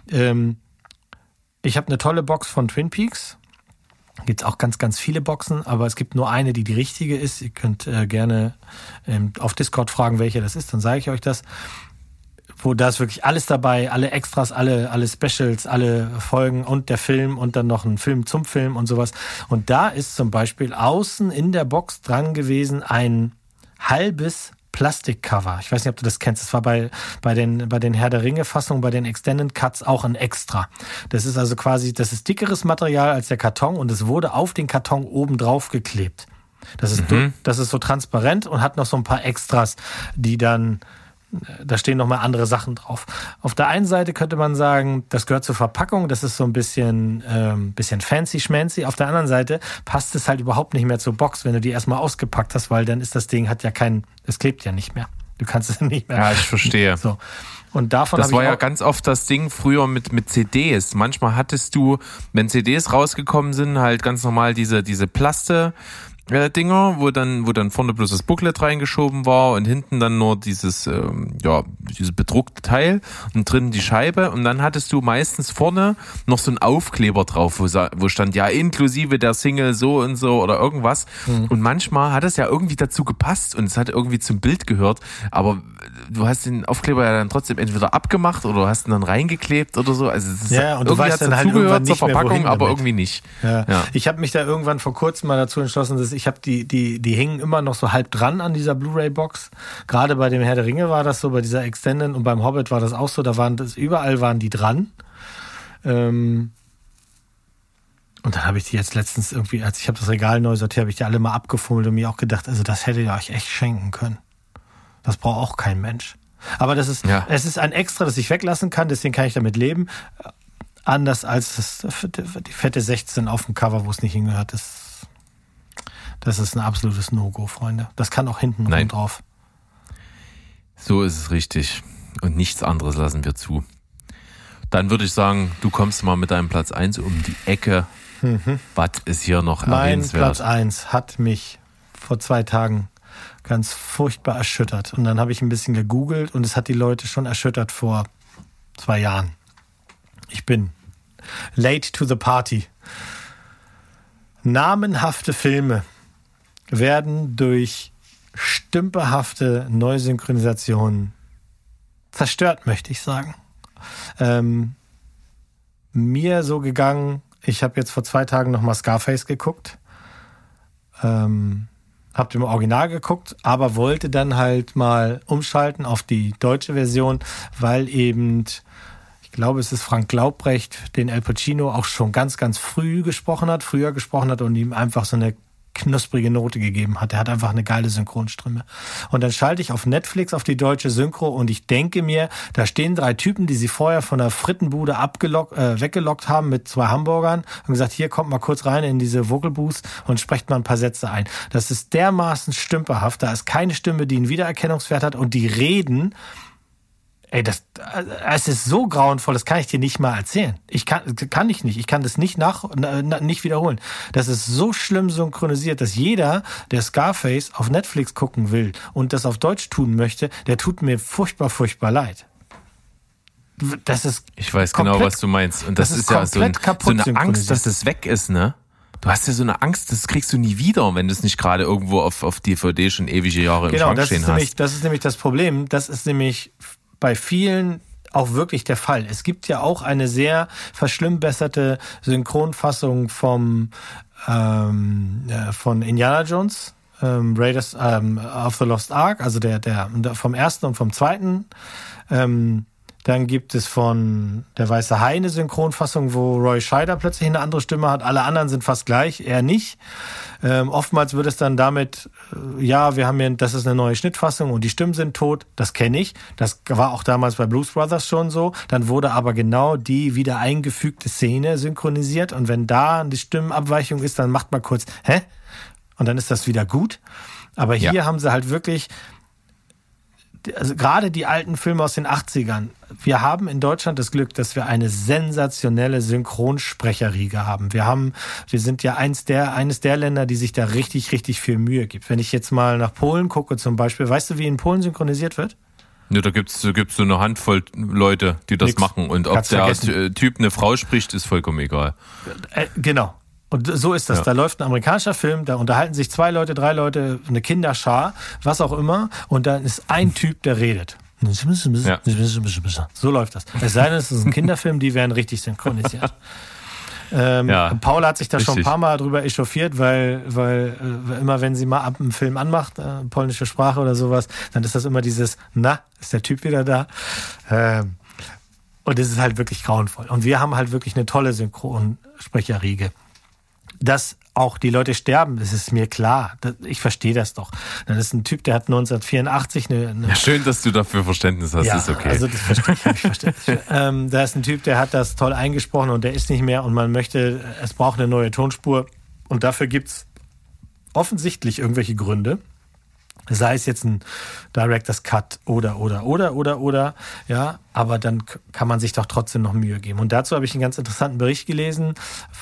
[SPEAKER 1] Ich habe eine tolle Box von Twin Peaks. Gibt es auch ganz, ganz viele Boxen, aber es gibt nur eine, die richtige ist. Ihr könnt gerne auf Discord fragen, welche das ist, dann sage ich euch das. Wo da ist wirklich alles dabei, alle Extras, alle Specials, alle Folgen und der Film und dann noch ein Film zum Film und sowas. Und da ist zum Beispiel außen in der Box dran gewesen ein halbes Plastikcover. Ich weiß nicht, ob du das kennst. Das war bei den Herr der Ringe-Fassungen, bei den Extended Cuts auch ein Extra. Das ist also quasi, das ist dickeres Material als der Karton und es wurde auf den Karton oben drauf geklebt. Das ist so transparent und hat noch so ein paar Extras, die dann Da stehen nochmal andere Sachen drauf. Auf der einen Seite könnte man sagen, das gehört zur Verpackung, das ist so ein bisschen fancy-schmancy. Auf der anderen Seite passt es halt überhaupt nicht mehr zur Box, wenn du die erstmal ausgepackt hast, weil dann ist das Ding, es klebt ja nicht mehr. Du kannst es nicht mehr.
[SPEAKER 4] Ja, ich verstehe.
[SPEAKER 1] So. Und davon
[SPEAKER 4] das war ja ganz oft das Ding früher mit CDs. Manchmal hattest du, wenn CDs rausgekommen sind, halt ganz normal diese Plaste Dinger, wo dann vorne bloß das Booklet reingeschoben war und hinten dann nur dieses bedruckte Teil und drin die Scheibe, und dann hattest du meistens vorne noch so einen Aufkleber drauf, wo stand ja inklusive der Single so und so oder irgendwas. Und manchmal hat es ja irgendwie dazu gepasst und es hat irgendwie zum Bild gehört, aber du hast den Aufkleber ja dann trotzdem entweder abgemacht oder hast ihn dann reingeklebt oder so. Also es ist
[SPEAKER 1] und du weißt dann halt
[SPEAKER 4] irgendwann zur Verpackung, aber irgendwie nicht.
[SPEAKER 1] Ja. Ich habe mich da irgendwann vor kurzem mal dazu entschlossen, dass ich habe die hingen immer noch so halb dran an dieser Blu-ray-Box. Gerade bei dem Herr der Ringe war das so, bei dieser Extended, und beim Hobbit war das auch so. Überall waren die dran. Und dann habe ich die jetzt letztens irgendwie, als ich habe das Regal neu sortiert, habe ich die alle mal abgefummelt und mir auch gedacht, also das hättet ihr euch echt schenken können. Das braucht auch kein Mensch. Aber es ist ein Extra, das ich weglassen kann, deswegen kann ich damit leben. Anders als die fette 16 auf dem Cover, wo es nicht hingehört. Das ist ein absolutes No-Go, Freunde. Das kann auch hinten drauf.
[SPEAKER 4] So ist es richtig. Und nichts anderes lassen wir zu. Dann würde ich sagen, du kommst mal mit deinem Platz 1 um die Ecke. Was ist hier noch erwähnenswert?
[SPEAKER 1] Mein Platz 1 hat mich vor 2 Tagen ganz furchtbar erschüttert. Und dann habe ich ein bisschen gegoogelt und es hat die Leute schon erschüttert vor 2 Jahren. Ich bin late to the party. Namenhafte Filme werden durch stümperhafte Neusynchronisationen zerstört, möchte ich sagen. Mir so gegangen, ich habe jetzt vor 2 Tagen nochmal Scarface geguckt, habe im Original geguckt, aber wollte dann halt mal umschalten auf die deutsche Version, weil eben, ich glaube, es ist Frank Laubrecht, den Al Pacino auch schon ganz, ganz früher gesprochen hat und ihm einfach so eine knusprige Note gegeben hat. Er hat einfach eine geile Synchronstimme. Und dann schalte ich auf Netflix auf die deutsche Synchro und ich denke mir, da stehen 3 Typen, die sie vorher von der Frittenbude weggelockt haben mit 2 Hamburgern und gesagt, hier kommt mal kurz rein in diese Vocal Booth und sprecht mal ein paar Sätze ein. Das ist dermaßen stümperhaft. Da ist keine Stimme, die einen Wiedererkennungswert hat, und die reden. Es ist so grauenvoll, das kann ich dir nicht mal erzählen. Ich kann das nicht nicht wiederholen. Das ist so schlimm synchronisiert, dass jeder, der Scarface auf Netflix gucken will und das auf Deutsch tun möchte, der tut mir furchtbar, furchtbar leid.
[SPEAKER 4] Ich weiß genau, was du meinst. Und das ist ja so eine Angst, dass das weg ist, ne? Du hast ja so eine Angst, das kriegst du nie wieder, wenn du es nicht gerade irgendwo auf DVD schon ewige Jahre im Schrank stehen hast.
[SPEAKER 1] Das ist nämlich das Problem. Das ist nämlich bei vielen auch wirklich der Fall. Es gibt ja auch eine sehr verschlimmbesserte Synchronfassung von Indiana Jones, Raiders of the Lost Ark, also der vom ersten und vom zweiten. Dann gibt es von Der Weiße Hai eine Synchronfassung, wo Roy Scheider plötzlich eine andere Stimme hat. Alle anderen sind fast gleich, er nicht. Oftmals wird es dann damit, das ist eine neue Schnittfassung und die Stimmen sind tot. Das kenne ich. Das war auch damals bei Blues Brothers schon so. Dann wurde aber genau die wieder eingefügte Szene synchronisiert. Und wenn da die Stimmenabweichung ist, dann macht man kurz, hä? Und dann ist das wieder gut. Aber hier haben sie halt wirklich, also gerade die alten Filme aus den 80ern, wir haben in Deutschland das Glück, dass wir eine sensationelle Synchronsprecherriege haben. Wir sind ja eines der Länder, die sich da richtig, richtig viel Mühe gibt. Wenn ich jetzt mal nach Polen gucke zum Beispiel, weißt du, wie in Polen synchronisiert wird?
[SPEAKER 4] Ja, da gibt's so eine Handvoll Leute, die das machen. Und ob der Typ eine Frau spricht, ist vollkommen egal.
[SPEAKER 1] Genau. Und so ist das. Ja. Da läuft ein amerikanischer Film, da unterhalten sich 2 Leute, 3 Leute, eine Kinderschar, was auch immer. Und dann ist ein Typ, der redet. Ja. So läuft das. Es sei denn, es ist ein Kinderfilm, die werden richtig synchronisiert. Paula hat sich da schon ein paar Mal drüber echauffiert, weil immer, wenn sie mal einen Film anmacht, polnische Sprache oder sowas, dann ist das immer dieses, ist der Typ wieder da? Und es ist halt wirklich grauenvoll. Und wir haben halt wirklich eine tolle Synchronsprecherriege. Dass auch die Leute sterben, das ist mir klar. Ich verstehe das doch. Dann ist ein Typ, der hat 1984 eine
[SPEAKER 4] Ja, schön, dass du dafür Verständnis hast,
[SPEAKER 1] ja,
[SPEAKER 4] ist okay.
[SPEAKER 1] also das verstehe ich, habe ich Verständnis. Da ist ein Typ, der hat das toll eingesprochen und der ist nicht mehr und man möchte, es braucht eine neue Tonspur und dafür gibt's offensichtlich irgendwelche Gründe. Sei es jetzt ein Director's Cut oder, ja, aber dann kann man sich doch trotzdem noch Mühe geben. Und dazu habe ich einen ganz interessanten Bericht gelesen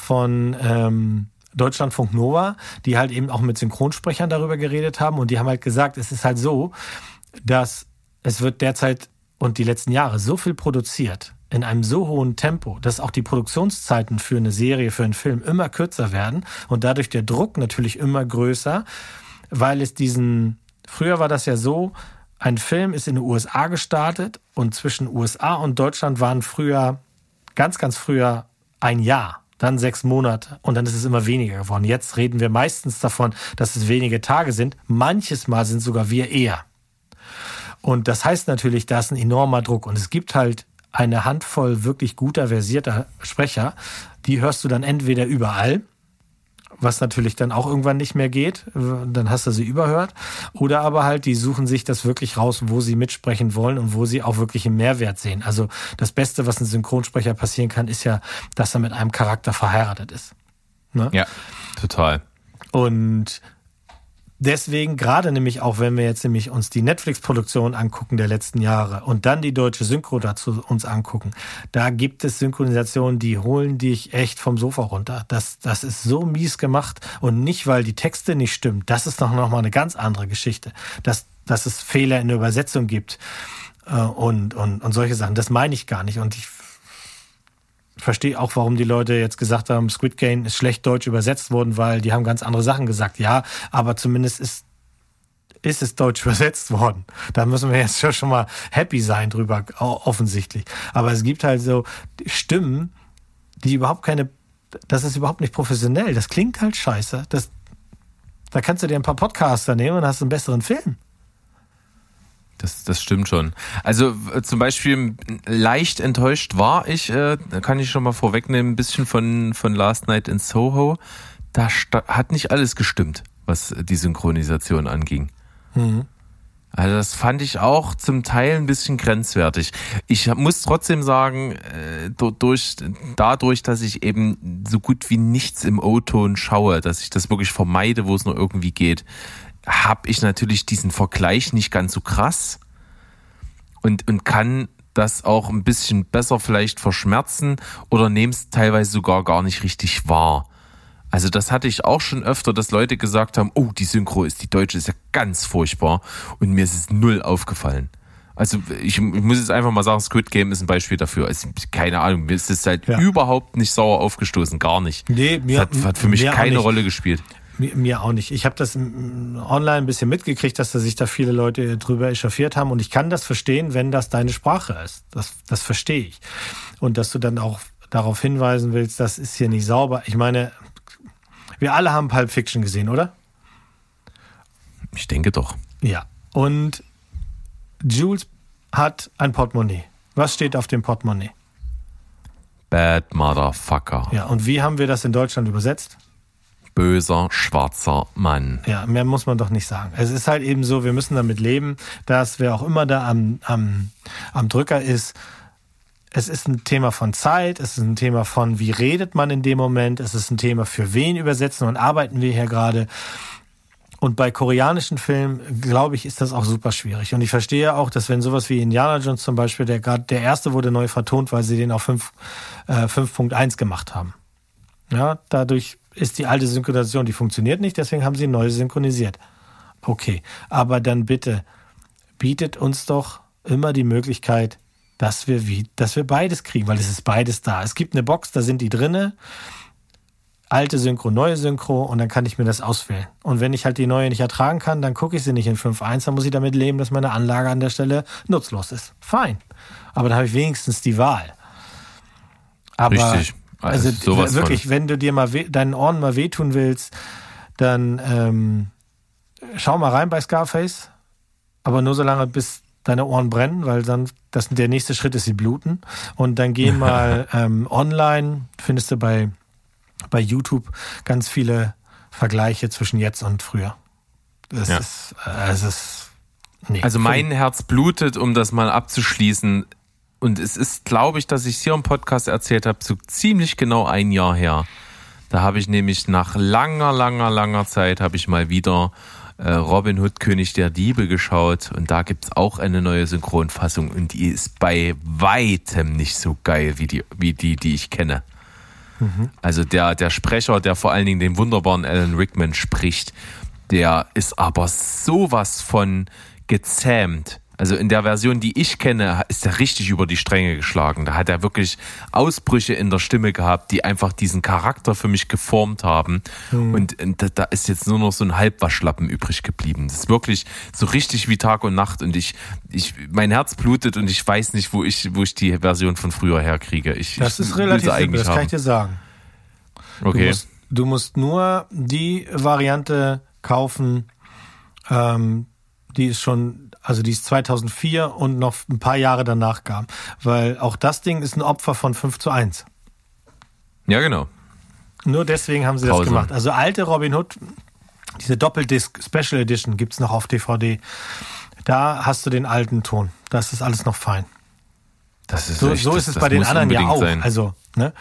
[SPEAKER 1] von Deutschlandfunk Nova, die halt eben auch mit Synchronsprechern darüber geredet haben und die haben halt gesagt, es ist halt so, dass es wird derzeit und die letzten Jahre so viel produziert in einem so hohen Tempo, dass auch die Produktionszeiten für eine Serie, für einen Film immer kürzer werden und dadurch der Druck natürlich immer größer, weil es früher war das ja so, ein Film ist in den USA gestartet und zwischen USA und Deutschland waren früher, ganz, ganz früher ein Jahr, dann 6 Monate und dann ist es immer weniger geworden. Jetzt reden wir meistens davon, dass es wenige Tage sind. Manches Mal sind sogar wir eher. Und das heißt natürlich, da ist ein enormer Druck und es gibt halt eine Handvoll wirklich guter, versierter Sprecher, die hörst du dann entweder überall, was natürlich dann auch irgendwann nicht mehr geht, dann hast du sie überhört. Oder aber halt, die suchen sich das wirklich raus, wo sie mitsprechen wollen und wo sie auch wirklich einen Mehrwert sehen. Also das Beste, was ein Synchronsprecher passieren kann, ist ja, dass er mit einem Charakter verheiratet ist. Ne?
[SPEAKER 4] Ja, total.
[SPEAKER 1] Und deswegen, gerade nämlich auch, wenn wir jetzt nämlich uns die Netflix-Produktion angucken der letzten Jahre und dann die deutsche Synchro dazu uns angucken, da gibt es Synchronisationen, die holen dich echt vom Sofa runter. Das ist so mies gemacht und nicht, weil die Texte nicht stimmen. Das ist doch noch mal eine ganz andere Geschichte. Dass es Fehler in der Übersetzung gibt und solche Sachen. Das meine ich gar nicht. Und ich verstehe auch, warum die Leute jetzt gesagt haben, Squid Game ist schlecht deutsch übersetzt worden, weil die haben ganz andere Sachen gesagt. Ja, aber zumindest ist es deutsch übersetzt worden. Da müssen wir jetzt schon mal happy sein drüber, offensichtlich. Aber es gibt halt so Stimmen, die das ist überhaupt nicht professionell. Das klingt halt scheiße. Da kannst du dir ein paar Podcaster nehmen und hast einen besseren Film.
[SPEAKER 4] Das stimmt schon. Also zum Beispiel leicht enttäuscht war ich, kann ich schon mal vorwegnehmen, ein bisschen von Last Night in Soho. Da hat nicht alles gestimmt, was die Synchronisation anging. Mhm. Also das fand ich auch zum Teil ein bisschen grenzwertig. Ich muss trotzdem sagen, dadurch, dass ich eben so gut wie nichts im O-Ton schaue, dass ich das wirklich vermeide, wo es nur irgendwie geht, habe ich natürlich diesen Vergleich nicht ganz so krass und kann das auch ein bisschen besser vielleicht verschmerzen oder nehme es teilweise sogar gar nicht richtig wahr. Also das hatte ich auch schon öfter, dass Leute gesagt haben, oh, die Deutsche ist ja ganz furchtbar und mir ist es null aufgefallen. Also ich muss jetzt einfach mal sagen, Squid Game ist ein Beispiel dafür. Also, keine Ahnung, mir ist es halt überhaupt nicht sauer aufgestoßen, gar nicht.
[SPEAKER 1] Nee,
[SPEAKER 4] hat für mich keine Rolle gespielt.
[SPEAKER 1] Mir auch nicht. Ich habe das online ein bisschen mitgekriegt, dass da sich da viele Leute drüber echauffiert haben und ich kann das verstehen, wenn das deine Sprache ist. Das verstehe ich. Und dass du dann auch darauf hinweisen willst, das ist hier nicht sauber. Ich meine, wir alle haben Pulp Fiction gesehen, oder?
[SPEAKER 4] Ich denke doch.
[SPEAKER 1] Ja. Und Jules hat ein Portemonnaie. Was steht auf dem Portemonnaie?
[SPEAKER 4] Bad Motherfucker.
[SPEAKER 1] Ja, und wie haben wir das in Deutschland übersetzt?
[SPEAKER 4] Böser, schwarzer Mann.
[SPEAKER 1] Ja, mehr muss man doch nicht sagen. Es ist halt eben so, wir müssen damit leben, dass wer auch immer da am Drücker ist, es ist ein Thema von Zeit, es ist ein Thema von, wie redet man in dem Moment, es ist ein Thema, für wen übersetzen und arbeiten wir hier gerade. Und bei koreanischen Filmen, glaube ich, ist das auch super schwierig. Und ich verstehe auch, dass wenn sowas wie Indiana Jones zum Beispiel, der erste wurde neu vertont, weil sie den auf 5.1 gemacht haben. Ja, dadurch ist die alte Synchronisation, die funktioniert nicht, deswegen haben sie neu synchronisiert. Okay, aber dann bitte, bietet uns doch immer die Möglichkeit, dass wir beides kriegen, weil es ist beides da. Es gibt eine Box, da sind die drinne, alte Synchro, neue Synchro und dann kann ich mir das auswählen. Und wenn ich halt die neue nicht ertragen kann, dann gucke ich sie nicht in 5.1, dann muss ich damit leben, dass meine Anlage an der Stelle nutzlos ist. Fein. Aber dann habe ich wenigstens die Wahl. Aber
[SPEAKER 4] richtig.
[SPEAKER 1] Also wirklich, wenn du dir mal deinen Ohren mal wehtun willst, dann schau mal rein bei Scarface, aber nur so lange, bis deine Ohren brennen, weil dann der nächste Schritt ist, sie bluten. Und dann geh mal online, findest du bei bei YouTube ganz viele Vergleiche zwischen jetzt und früher. Es ist nee.
[SPEAKER 4] Also mein Herz blutet, um das mal abzuschließen. Und es ist, glaube ich, dass ich es hier im Podcast erzählt habe, so ziemlich genau ein Jahr her. Da habe ich nämlich nach langer Zeit habe ich mal wieder Robin Hood, König der Diebe geschaut. Und da gibt's auch eine neue Synchronfassung. Und die ist bei weitem nicht so geil wie die ich kenne. Also der Sprecher, der vor allen Dingen den wunderbaren Alan Rickman spricht, der ist aber sowas von gezähmt. Also in der Version, die ich kenne, ist er richtig über die Stränge geschlagen. Da hat er wirklich Ausbrüche in der Stimme gehabt, die einfach diesen Charakter für mich geformt haben. Und da ist jetzt nur noch so ein Halbwaschlappen übrig geblieben. Das ist wirklich so richtig wie Tag und Nacht. Und mein Herz blutet und ich weiß nicht, wo ich die Version von früher herkriege.
[SPEAKER 1] Das ist relativ simpel, das kann ich dir sagen.
[SPEAKER 4] Okay.
[SPEAKER 1] Du musst nur die Variante kaufen, die ist 2004 und noch ein paar Jahre danach kam. Weil auch das Ding ist ein Opfer von 5:1.
[SPEAKER 4] Ja, genau.
[SPEAKER 1] Nur deswegen haben sie das gemacht. Also alte Robin Hood, diese Doppeldisc Special Edition gibt's noch auf DVD. Da hast du den alten Ton. Das ist alles noch fein.
[SPEAKER 4] Das ist
[SPEAKER 1] so ist es bei den anderen ja auch.
[SPEAKER 4] Sein.
[SPEAKER 1] Also, ne?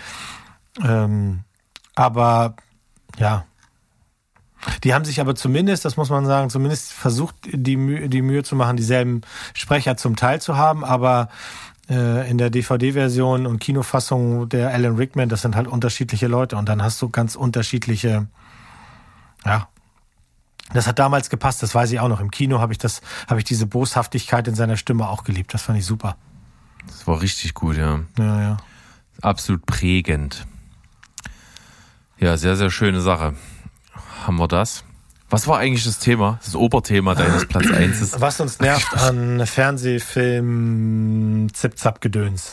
[SPEAKER 1] Aber ja. Die haben sich aber zumindest, das muss man sagen, zumindest versucht, die Mühe zu machen, dieselben Sprecher zum Teil zu haben, aber in der DVD-Version und Kinofassung der Alan Rickman, das sind halt unterschiedliche Leute und dann hast du ganz unterschiedliche, ja. Das hat damals gepasst, das weiß ich auch noch. Im Kino habe ich diese Boshaftigkeit in seiner Stimme auch geliebt. Das fand ich super.
[SPEAKER 4] Das war richtig gut, ja.
[SPEAKER 1] Ja.
[SPEAKER 4] Absolut prägend. Ja, sehr, sehr schöne Sache. Haben wir das? Was war eigentlich das Thema, das Oberthema deines Platz 1 ist?
[SPEAKER 1] Was uns nervt an Fernsehfilmen, Zip-Zap-Gedöns.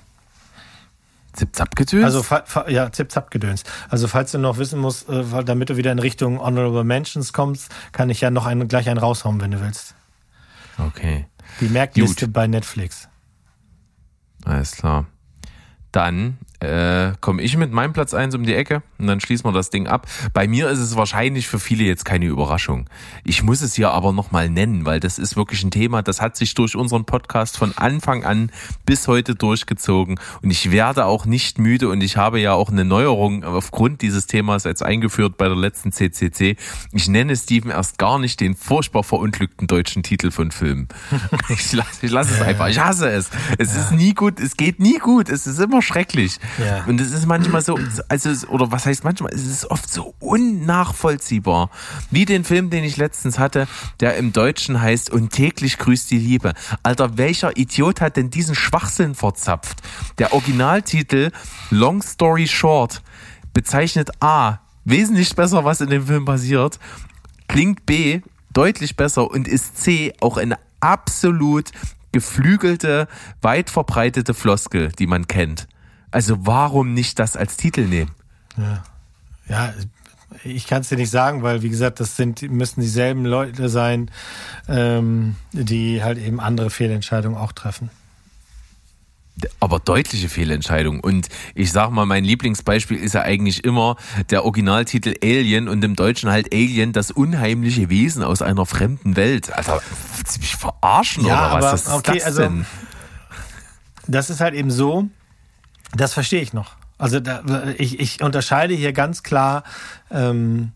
[SPEAKER 4] Zip-Zap-Gedöns?
[SPEAKER 1] Also, ja, Zip-Zap-Gedöns. Also, falls du noch wissen musst, damit du wieder in Richtung Honorable Mentions kommst, kann ich ja noch gleich einen raushauen, wenn du willst.
[SPEAKER 4] Okay.
[SPEAKER 1] Die Merkliste bei Netflix.
[SPEAKER 4] Alles klar. Dann komme ich mit meinem Platz 1 um die Ecke und dann schließen wir das Ding ab. Bei mir ist es wahrscheinlich für viele jetzt keine Überraschung. Ich muss es hier aber nochmal nennen, weil das ist wirklich ein Thema, das hat sich durch unseren Podcast von Anfang an bis heute durchgezogen und ich werde auch nicht müde und ich habe ja auch eine Neuerung aufgrund dieses Themas jetzt eingeführt bei der letzten CCC. Ich nenne Steven erst gar nicht den furchtbar verunglückten deutschen Titel von Filmen. Ich lasse es einfach. Ich hasse es. Es ist nie gut. Es geht nie gut. Es ist immer schrecklich.
[SPEAKER 1] Ja.
[SPEAKER 4] Und es ist manchmal so, oder was heißt manchmal, es ist oft so unnachvollziehbar. Wie den Film, den ich letztens hatte, der im Deutschen heißt Und täglich grüßt die Liebe. Alter, welcher Idiot hat denn diesen Schwachsinn verzapft? Der Originaltitel Long Story Short bezeichnet A, wesentlich besser, was in dem Film passiert, klingt B, deutlich besser und ist C, auch eine absolut geflügelte, weit verbreitete Floskel, die man kennt. Also warum nicht das als Titel nehmen?
[SPEAKER 1] Ja, ich kann es dir nicht sagen, weil wie gesagt, müssen dieselben Leute sein, die halt eben andere Fehlentscheidungen auch treffen.
[SPEAKER 4] Aber deutliche Fehlentscheidungen. Und ich sag mal, mein Lieblingsbeispiel ist ja eigentlich immer der Originaltitel Alien und im Deutschen halt Alien, das unheimliche Wesen aus einer fremden Welt. Alter, willst du mich verarschen
[SPEAKER 1] ja,
[SPEAKER 4] oder was?
[SPEAKER 1] Aber,
[SPEAKER 4] Was ist
[SPEAKER 1] okay,
[SPEAKER 4] das denn?
[SPEAKER 1] Also, das ist halt eben so, das verstehe ich noch. Also ich unterscheide hier ganz klar 80er,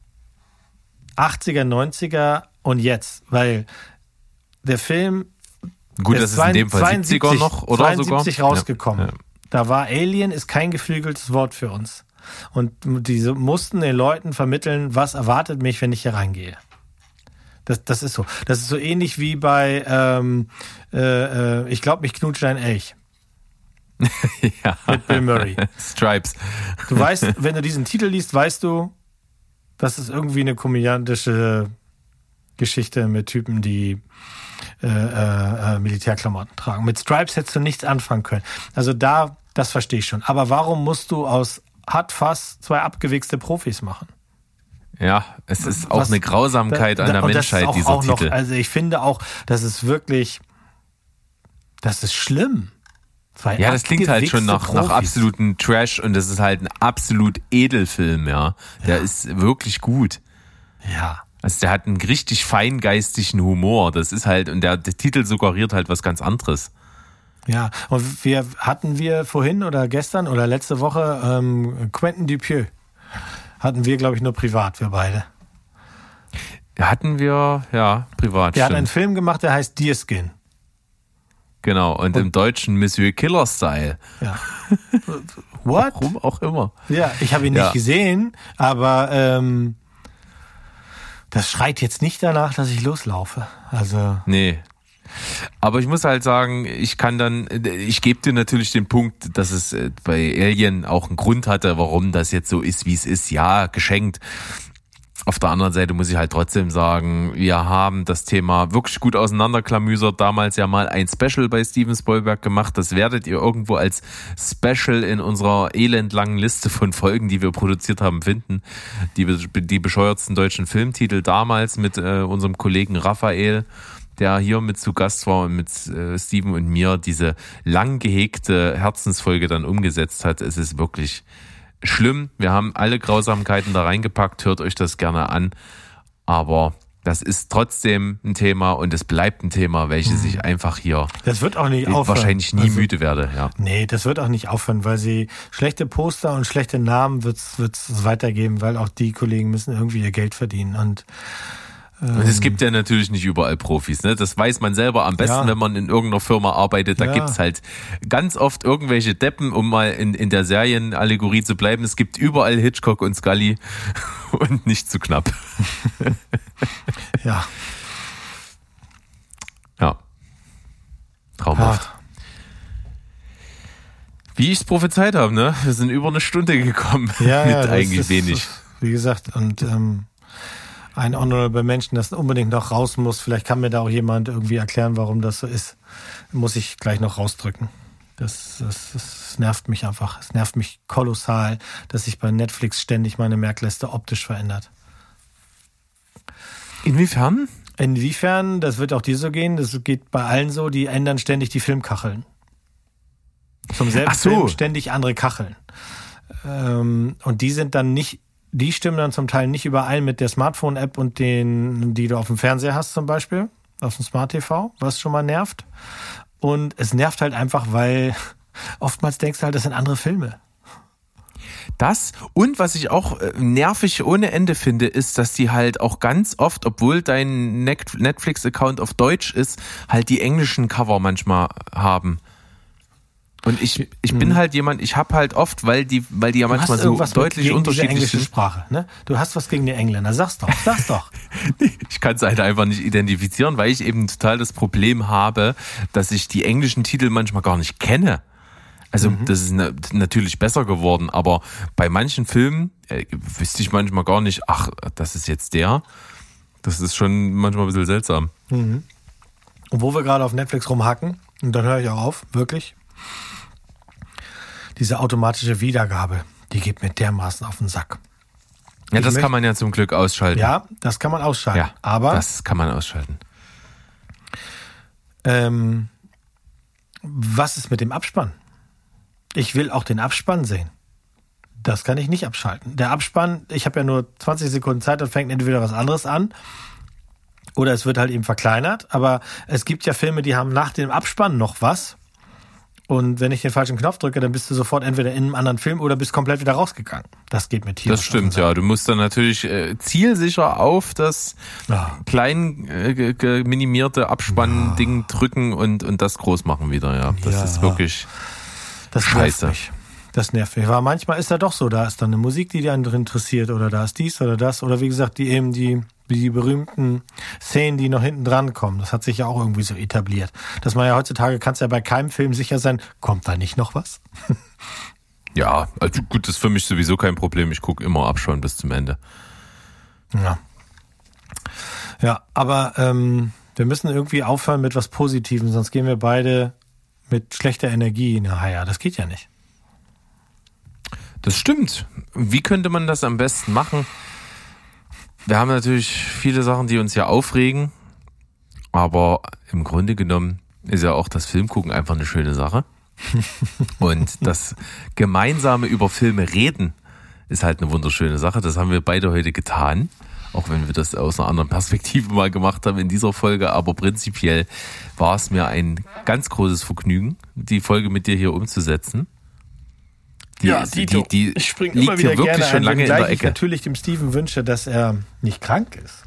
[SPEAKER 1] 90er und jetzt, weil der Film
[SPEAKER 4] Gut, das ist in dem Fall 70er noch oder
[SPEAKER 1] 72
[SPEAKER 4] sogar?
[SPEAKER 1] rausgekommen.
[SPEAKER 4] Ja.
[SPEAKER 1] Da war Alien, ist kein geflügeltes Wort für uns. Und diese mussten den Leuten vermitteln, was erwartet mich, wenn ich hier reingehe. Das ist so. Das ist so ähnlich wie bei Ich glaube, mich knutscht ein Elch.
[SPEAKER 4] Ja.
[SPEAKER 1] Mit Bill Murray.
[SPEAKER 4] Stripes.
[SPEAKER 1] Du weißt, wenn du diesen Titel liest, weißt du, das ist irgendwie eine komödiantische Geschichte mit Typen, die Militärklamotten tragen. Mit Stripes hättest du nichts anfangen können. Also das verstehe ich schon. Aber warum musst du aus Hardfass 2 abgewichste Profis machen?
[SPEAKER 4] Ja, es ist auch eine Grausamkeit an der Menschheit,
[SPEAKER 1] auch,
[SPEAKER 4] dieser
[SPEAKER 1] auch noch,
[SPEAKER 4] Titel.
[SPEAKER 1] also ich finde auch, das ist schlimm.
[SPEAKER 4] Ja, das klingt halt schon nach
[SPEAKER 1] Profis.
[SPEAKER 4] absoluten Trash und das ist halt ein absolut Edelfilm, ja. Der ist wirklich gut.
[SPEAKER 1] Ja.
[SPEAKER 4] Also der hat einen richtig feingeistigen Humor. Das ist halt, und der Titel suggeriert halt was ganz anderes.
[SPEAKER 1] Ja, und hatten wir vorhin oder gestern oder letzte Woche Quentin Dupieux. Hatten wir, glaube ich, nur privat, wir beide.
[SPEAKER 4] Hatten wir, ja, privat.
[SPEAKER 1] Der hat
[SPEAKER 4] stimmt.
[SPEAKER 1] einen Film gemacht, der heißt Deerskin.
[SPEAKER 4] Genau, und im Deutschen Monsieur Killer Style.
[SPEAKER 1] Ja. What?
[SPEAKER 4] Warum auch immer.
[SPEAKER 1] Ja, ich habe ihn nicht gesehen, aber das schreit jetzt nicht danach, dass ich loslaufe. Also.
[SPEAKER 4] Nee. Aber ich muss halt sagen, ich gebe dir natürlich den Punkt, dass es bei Alien auch einen Grund hatte, warum das jetzt so ist, wie es ist. Ja, geschenkt. Auf der anderen Seite muss ich halt trotzdem sagen, wir haben das Thema wirklich gut auseinanderklamüsert. Damals ja mal ein Special bei Steven Spielberg gemacht. Das werdet ihr irgendwo als Special in unserer elendlangen Liste von Folgen, die wir produziert haben, finden. Die bescheuertsten deutschen Filmtitel damals mit unserem Kollegen Raphael, der hier mit zu Gast war und mit Steven und mir diese lang gehegte Herzensfolge dann umgesetzt hat. Es ist wirklich schlimm. Wir haben alle Grausamkeiten da reingepackt. Hört euch das gerne an. Aber das ist trotzdem ein Thema und es bleibt ein Thema, welches ich einfach hier
[SPEAKER 1] das wird auch nicht aufhören.
[SPEAKER 4] Wahrscheinlich nie müde werde. Ja.
[SPEAKER 1] Nee, das wird auch nicht aufhören, weil sie schlechte Poster und schlechte Namen wird's weitergeben, weil auch die Kollegen müssen irgendwie ihr Geld verdienen. Und
[SPEAKER 4] es gibt ja natürlich nicht überall Profis, ne? Das weiß man selber am besten, wenn man in irgendeiner Firma arbeitet. Da gibt's halt ganz oft irgendwelche Deppen, um mal in der Serienallegorie zu bleiben. Es gibt überall Hitchcock und Scully und nicht zu knapp.
[SPEAKER 1] Ja.
[SPEAKER 4] Ja. Traumhaft. Wie ich es prophezeit habe, ne? Wir sind über eine Stunde gekommen mit eigentlich wenig.
[SPEAKER 1] Wie gesagt, und ein Honorable Menschen, das unbedingt noch raus muss. Vielleicht kann mir da auch jemand irgendwie erklären, warum das so ist. Muss ich gleich noch rausdrücken. Das nervt mich einfach. Es nervt mich kolossal, dass sich bei Netflix ständig meine Merkliste optisch verändert.
[SPEAKER 4] Inwiefern?
[SPEAKER 1] Inwiefern, das wird auch dir so gehen, das geht bei allen so, die ändern ständig die Filmkacheln. Zum selben Film ständig andere Kacheln. Und die sind dann nicht, die stimmen dann zum Teil nicht überein mit der Smartphone-App und die du auf dem Fernseher hast zum Beispiel, auf dem Smart TV, was schon mal nervt. Und es nervt halt einfach, weil oftmals denkst du halt, das sind andere Filme.
[SPEAKER 4] Das und was ich auch nervig ohne Ende finde, ist, dass die halt auch ganz oft, obwohl dein Netflix-Account auf Deutsch ist, halt die englischen Cover manchmal haben. Und ich bin halt jemand, ich habe halt oft, weil die ja manchmal so deutlich unterschiedlich sind.
[SPEAKER 1] Sprache, ne? Du hast was gegen die Engländer, sag's doch.
[SPEAKER 4] Ich kann es halt einfach nicht identifizieren, weil ich eben total das Problem habe, dass ich die englischen Titel manchmal gar nicht kenne. Also das ist natürlich besser geworden, aber bei manchen Filmen wüsste ich manchmal gar nicht, ach, das ist jetzt der. Das ist schon manchmal ein bisschen seltsam.
[SPEAKER 1] Und wo wir gerade auf Netflix rumhacken, und dann höre ich auch auf, wirklich, diese automatische Wiedergabe, die geht mir dermaßen auf den Sack.
[SPEAKER 4] Ja, das kann man ja zum Glück ausschalten.
[SPEAKER 1] Ja, das kann man ausschalten.
[SPEAKER 4] Ja,
[SPEAKER 1] aber
[SPEAKER 4] das kann man ausschalten.
[SPEAKER 1] Was ist mit dem Abspann? Ich will auch den Abspann sehen. Das kann ich nicht abschalten. Der Abspann, ich habe ja nur 20 Sekunden Zeit, dann fängt entweder was anderes an oder es wird halt eben verkleinert. Aber es gibt ja Filme, die haben nach dem Abspann noch was. Und wenn ich den falschen Knopf drücke, dann bist du sofort entweder in einem anderen Film oder bist komplett wieder rausgegangen. Das geht mit tierisch.
[SPEAKER 4] Das stimmt, ja. Du musst dann natürlich zielsicher auf das klein minimierte Abspann-Ding drücken und das groß machen wieder, ja. Das ist wirklich scheiße.
[SPEAKER 1] Das nervt mich. Weil manchmal ist ja doch so, da ist dann eine Musik, die einen interessiert oder da ist dies oder das. Oder wie gesagt, die berühmten Szenen, die noch hinten dran kommen. Das hat sich ja auch irgendwie so etabliert. Dass man ja heutzutage, kannst ja bei keinem Film sicher sein, kommt da nicht noch was?
[SPEAKER 4] Ja, also gut, das ist für mich sowieso kein Problem. Ich gucke immer Abspann bis zum Ende.
[SPEAKER 1] Ja, aber wir müssen irgendwie aufhören mit was Positivem, sonst gehen wir beide mit schlechter Energie nachher. Das geht ja nicht.
[SPEAKER 4] Das stimmt. Wie könnte man das am besten machen? Wir haben natürlich viele Sachen, die uns ja aufregen, aber im Grunde genommen ist ja auch das Filmgucken einfach eine schöne Sache. Und das gemeinsame über Filme reden ist halt eine wunderschöne Sache. Das haben wir beide heute getan. Auch wenn wir das aus einer anderen Perspektive mal gemacht haben in dieser Folge. Aber prinzipiell war es mir ein ganz großes Vergnügen, die Folge mit dir hier umzusetzen. Die
[SPEAKER 1] ich springe
[SPEAKER 4] liegt
[SPEAKER 1] immer wieder
[SPEAKER 4] hier wirklich
[SPEAKER 1] gerne
[SPEAKER 4] schon lange in der
[SPEAKER 1] ich
[SPEAKER 4] Ecke.
[SPEAKER 1] natürlich dem Steven wünsche, dass er nicht krank ist.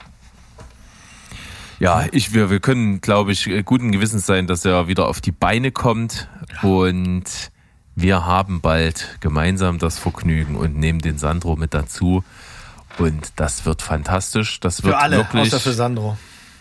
[SPEAKER 4] Ja, wir können, glaube ich, guten Gewissens sein, dass er wieder auf die Beine kommt. Und wir haben bald gemeinsam das Vergnügen und nehmen den Sandro mit dazu. Und das wird fantastisch. Das wird
[SPEAKER 1] Für alle,
[SPEAKER 4] wirklich,
[SPEAKER 1] außer für Sandro.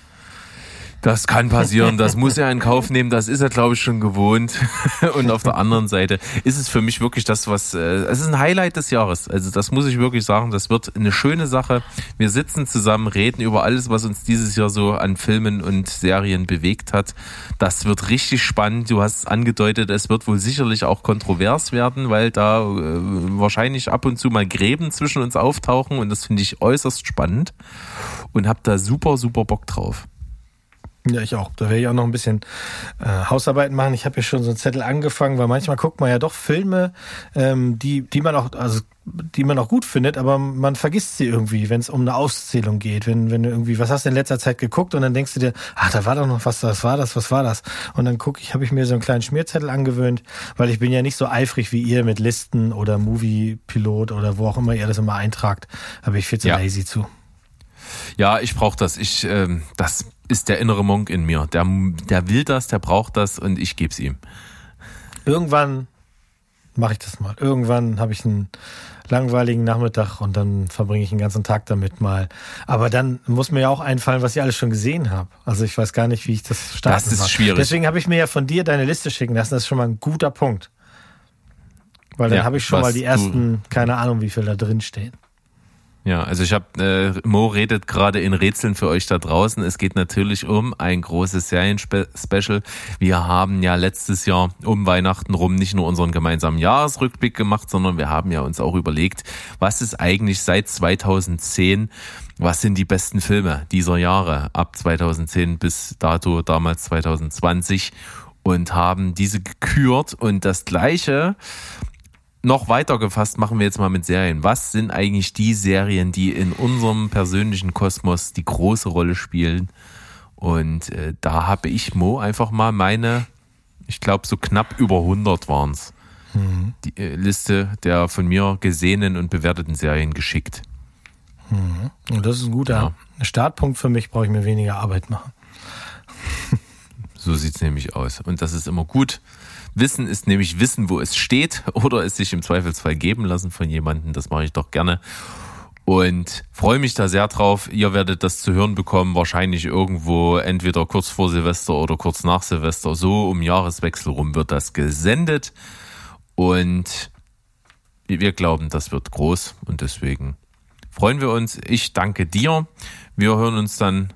[SPEAKER 4] Das kann passieren, das muss er in Kauf nehmen, das ist er, glaube ich, schon gewohnt. Und auf der anderen Seite ist es für mich wirklich das, es ist ein Highlight des Jahres. Also das muss ich wirklich sagen, das wird eine schöne Sache. Wir sitzen zusammen, reden über alles, was uns dieses Jahr so an Filmen und Serien bewegt hat. Das wird richtig spannend. Du hast es angedeutet, es wird wohl sicherlich auch kontrovers werden, weil da wahrscheinlich ab und zu mal Gräben zwischen uns auftauchen und das finde ich äußerst spannend und habe da super, super Bock drauf.
[SPEAKER 1] Ja, ich auch. Da werde ich auch noch ein bisschen Hausarbeiten machen. Ich habe hier schon so einen Zettel angefangen, weil manchmal guckt man ja doch Filme, die man auch gut findet, aber man vergisst sie irgendwie, wenn es um eine Auszählung geht. Wenn du irgendwie, was hast du in letzter Zeit geguckt und dann denkst du dir, da war doch noch was war das? Und dann habe ich mir so einen kleinen Schmierzettel angewöhnt, weil ich bin ja nicht so eifrig wie ihr mit Listen oder Movie-Pilot oder wo auch immer ihr das immer eintragt. Da bin ich viel zu lazy zu.
[SPEAKER 4] Ja, ich brauche das. Das ist der innere Monk in mir. Der will das, der braucht das und ich gebe es ihm.
[SPEAKER 1] Irgendwann mache ich das mal. Irgendwann habe ich einen langweiligen Nachmittag und dann verbringe ich den ganzen Tag damit mal. Aber dann muss mir ja auch einfallen, was ich alles schon gesehen habe. Also ich weiß gar nicht, wie ich das starten
[SPEAKER 4] soll. Das ist schwierig.
[SPEAKER 1] Deswegen habe ich mir ja von dir deine Liste schicken lassen. Das ist schon mal ein guter Punkt. Weil dann habe ich schon mal die ersten, keine Ahnung, wie viel da drin stehen.
[SPEAKER 4] Ja, also Mo redet gerade in Rätseln für euch da draußen. Es geht natürlich um ein großes Serien-Special. Wir haben ja letztes Jahr um Weihnachten rum nicht nur unseren gemeinsamen Jahresrückblick gemacht, sondern wir haben ja uns auch überlegt, was ist eigentlich seit 2010, was sind die besten Filme dieser Jahre ab 2010 bis dato, damals 2020 und haben diese gekürt und das Gleiche noch weiter gefasst machen wir jetzt mal mit Serien. Was sind eigentlich die Serien, die in unserem persönlichen Kosmos die große Rolle spielen? Und da habe ich Mo einfach mal meine, ich glaube so knapp über 100 waren es, die Liste der von mir gesehenen und bewerteten Serien geschickt.
[SPEAKER 1] Und das ist ein guter Startpunkt für mich, brauche ich mir weniger Arbeit machen.
[SPEAKER 4] So sieht's nämlich aus. Und das ist immer gut. Wissen ist nämlich Wissen, wo es steht oder es sich im Zweifelsfall geben lassen von jemandem. Das mache ich doch gerne und freue mich da sehr drauf. Ihr werdet das zu hören bekommen, wahrscheinlich irgendwo entweder kurz vor Silvester oder kurz nach Silvester. So um Jahreswechsel rum wird das gesendet und wir glauben, das wird groß und deswegen freuen wir uns. Ich danke dir. Wir hören uns dann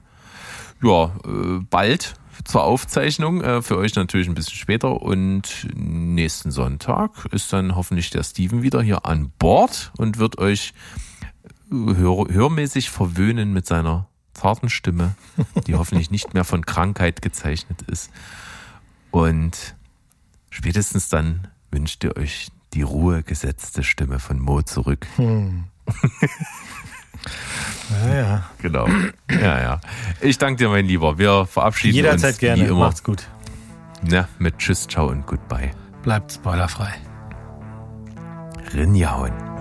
[SPEAKER 4] bald zur Aufzeichnung, für euch natürlich ein bisschen später und nächsten Sonntag ist dann hoffentlich der Steven wieder hier an Bord und wird euch hörmäßig verwöhnen mit seiner zarten Stimme, die hoffentlich nicht mehr von Krankheit gezeichnet ist und spätestens dann wünscht ihr euch die ruhegesetzte Stimme von Mo zurück.
[SPEAKER 1] Ja.
[SPEAKER 4] Genau. Ja. Ich danke dir, mein Lieber. Wir verabschieden
[SPEAKER 1] Jederzeit
[SPEAKER 4] uns
[SPEAKER 1] gerne.
[SPEAKER 4] wie immer.
[SPEAKER 1] Macht's gut.
[SPEAKER 4] Ja, mit Tschüss, Ciao und Goodbye.
[SPEAKER 1] Bleibt spoilerfrei.
[SPEAKER 4] Rinjauen.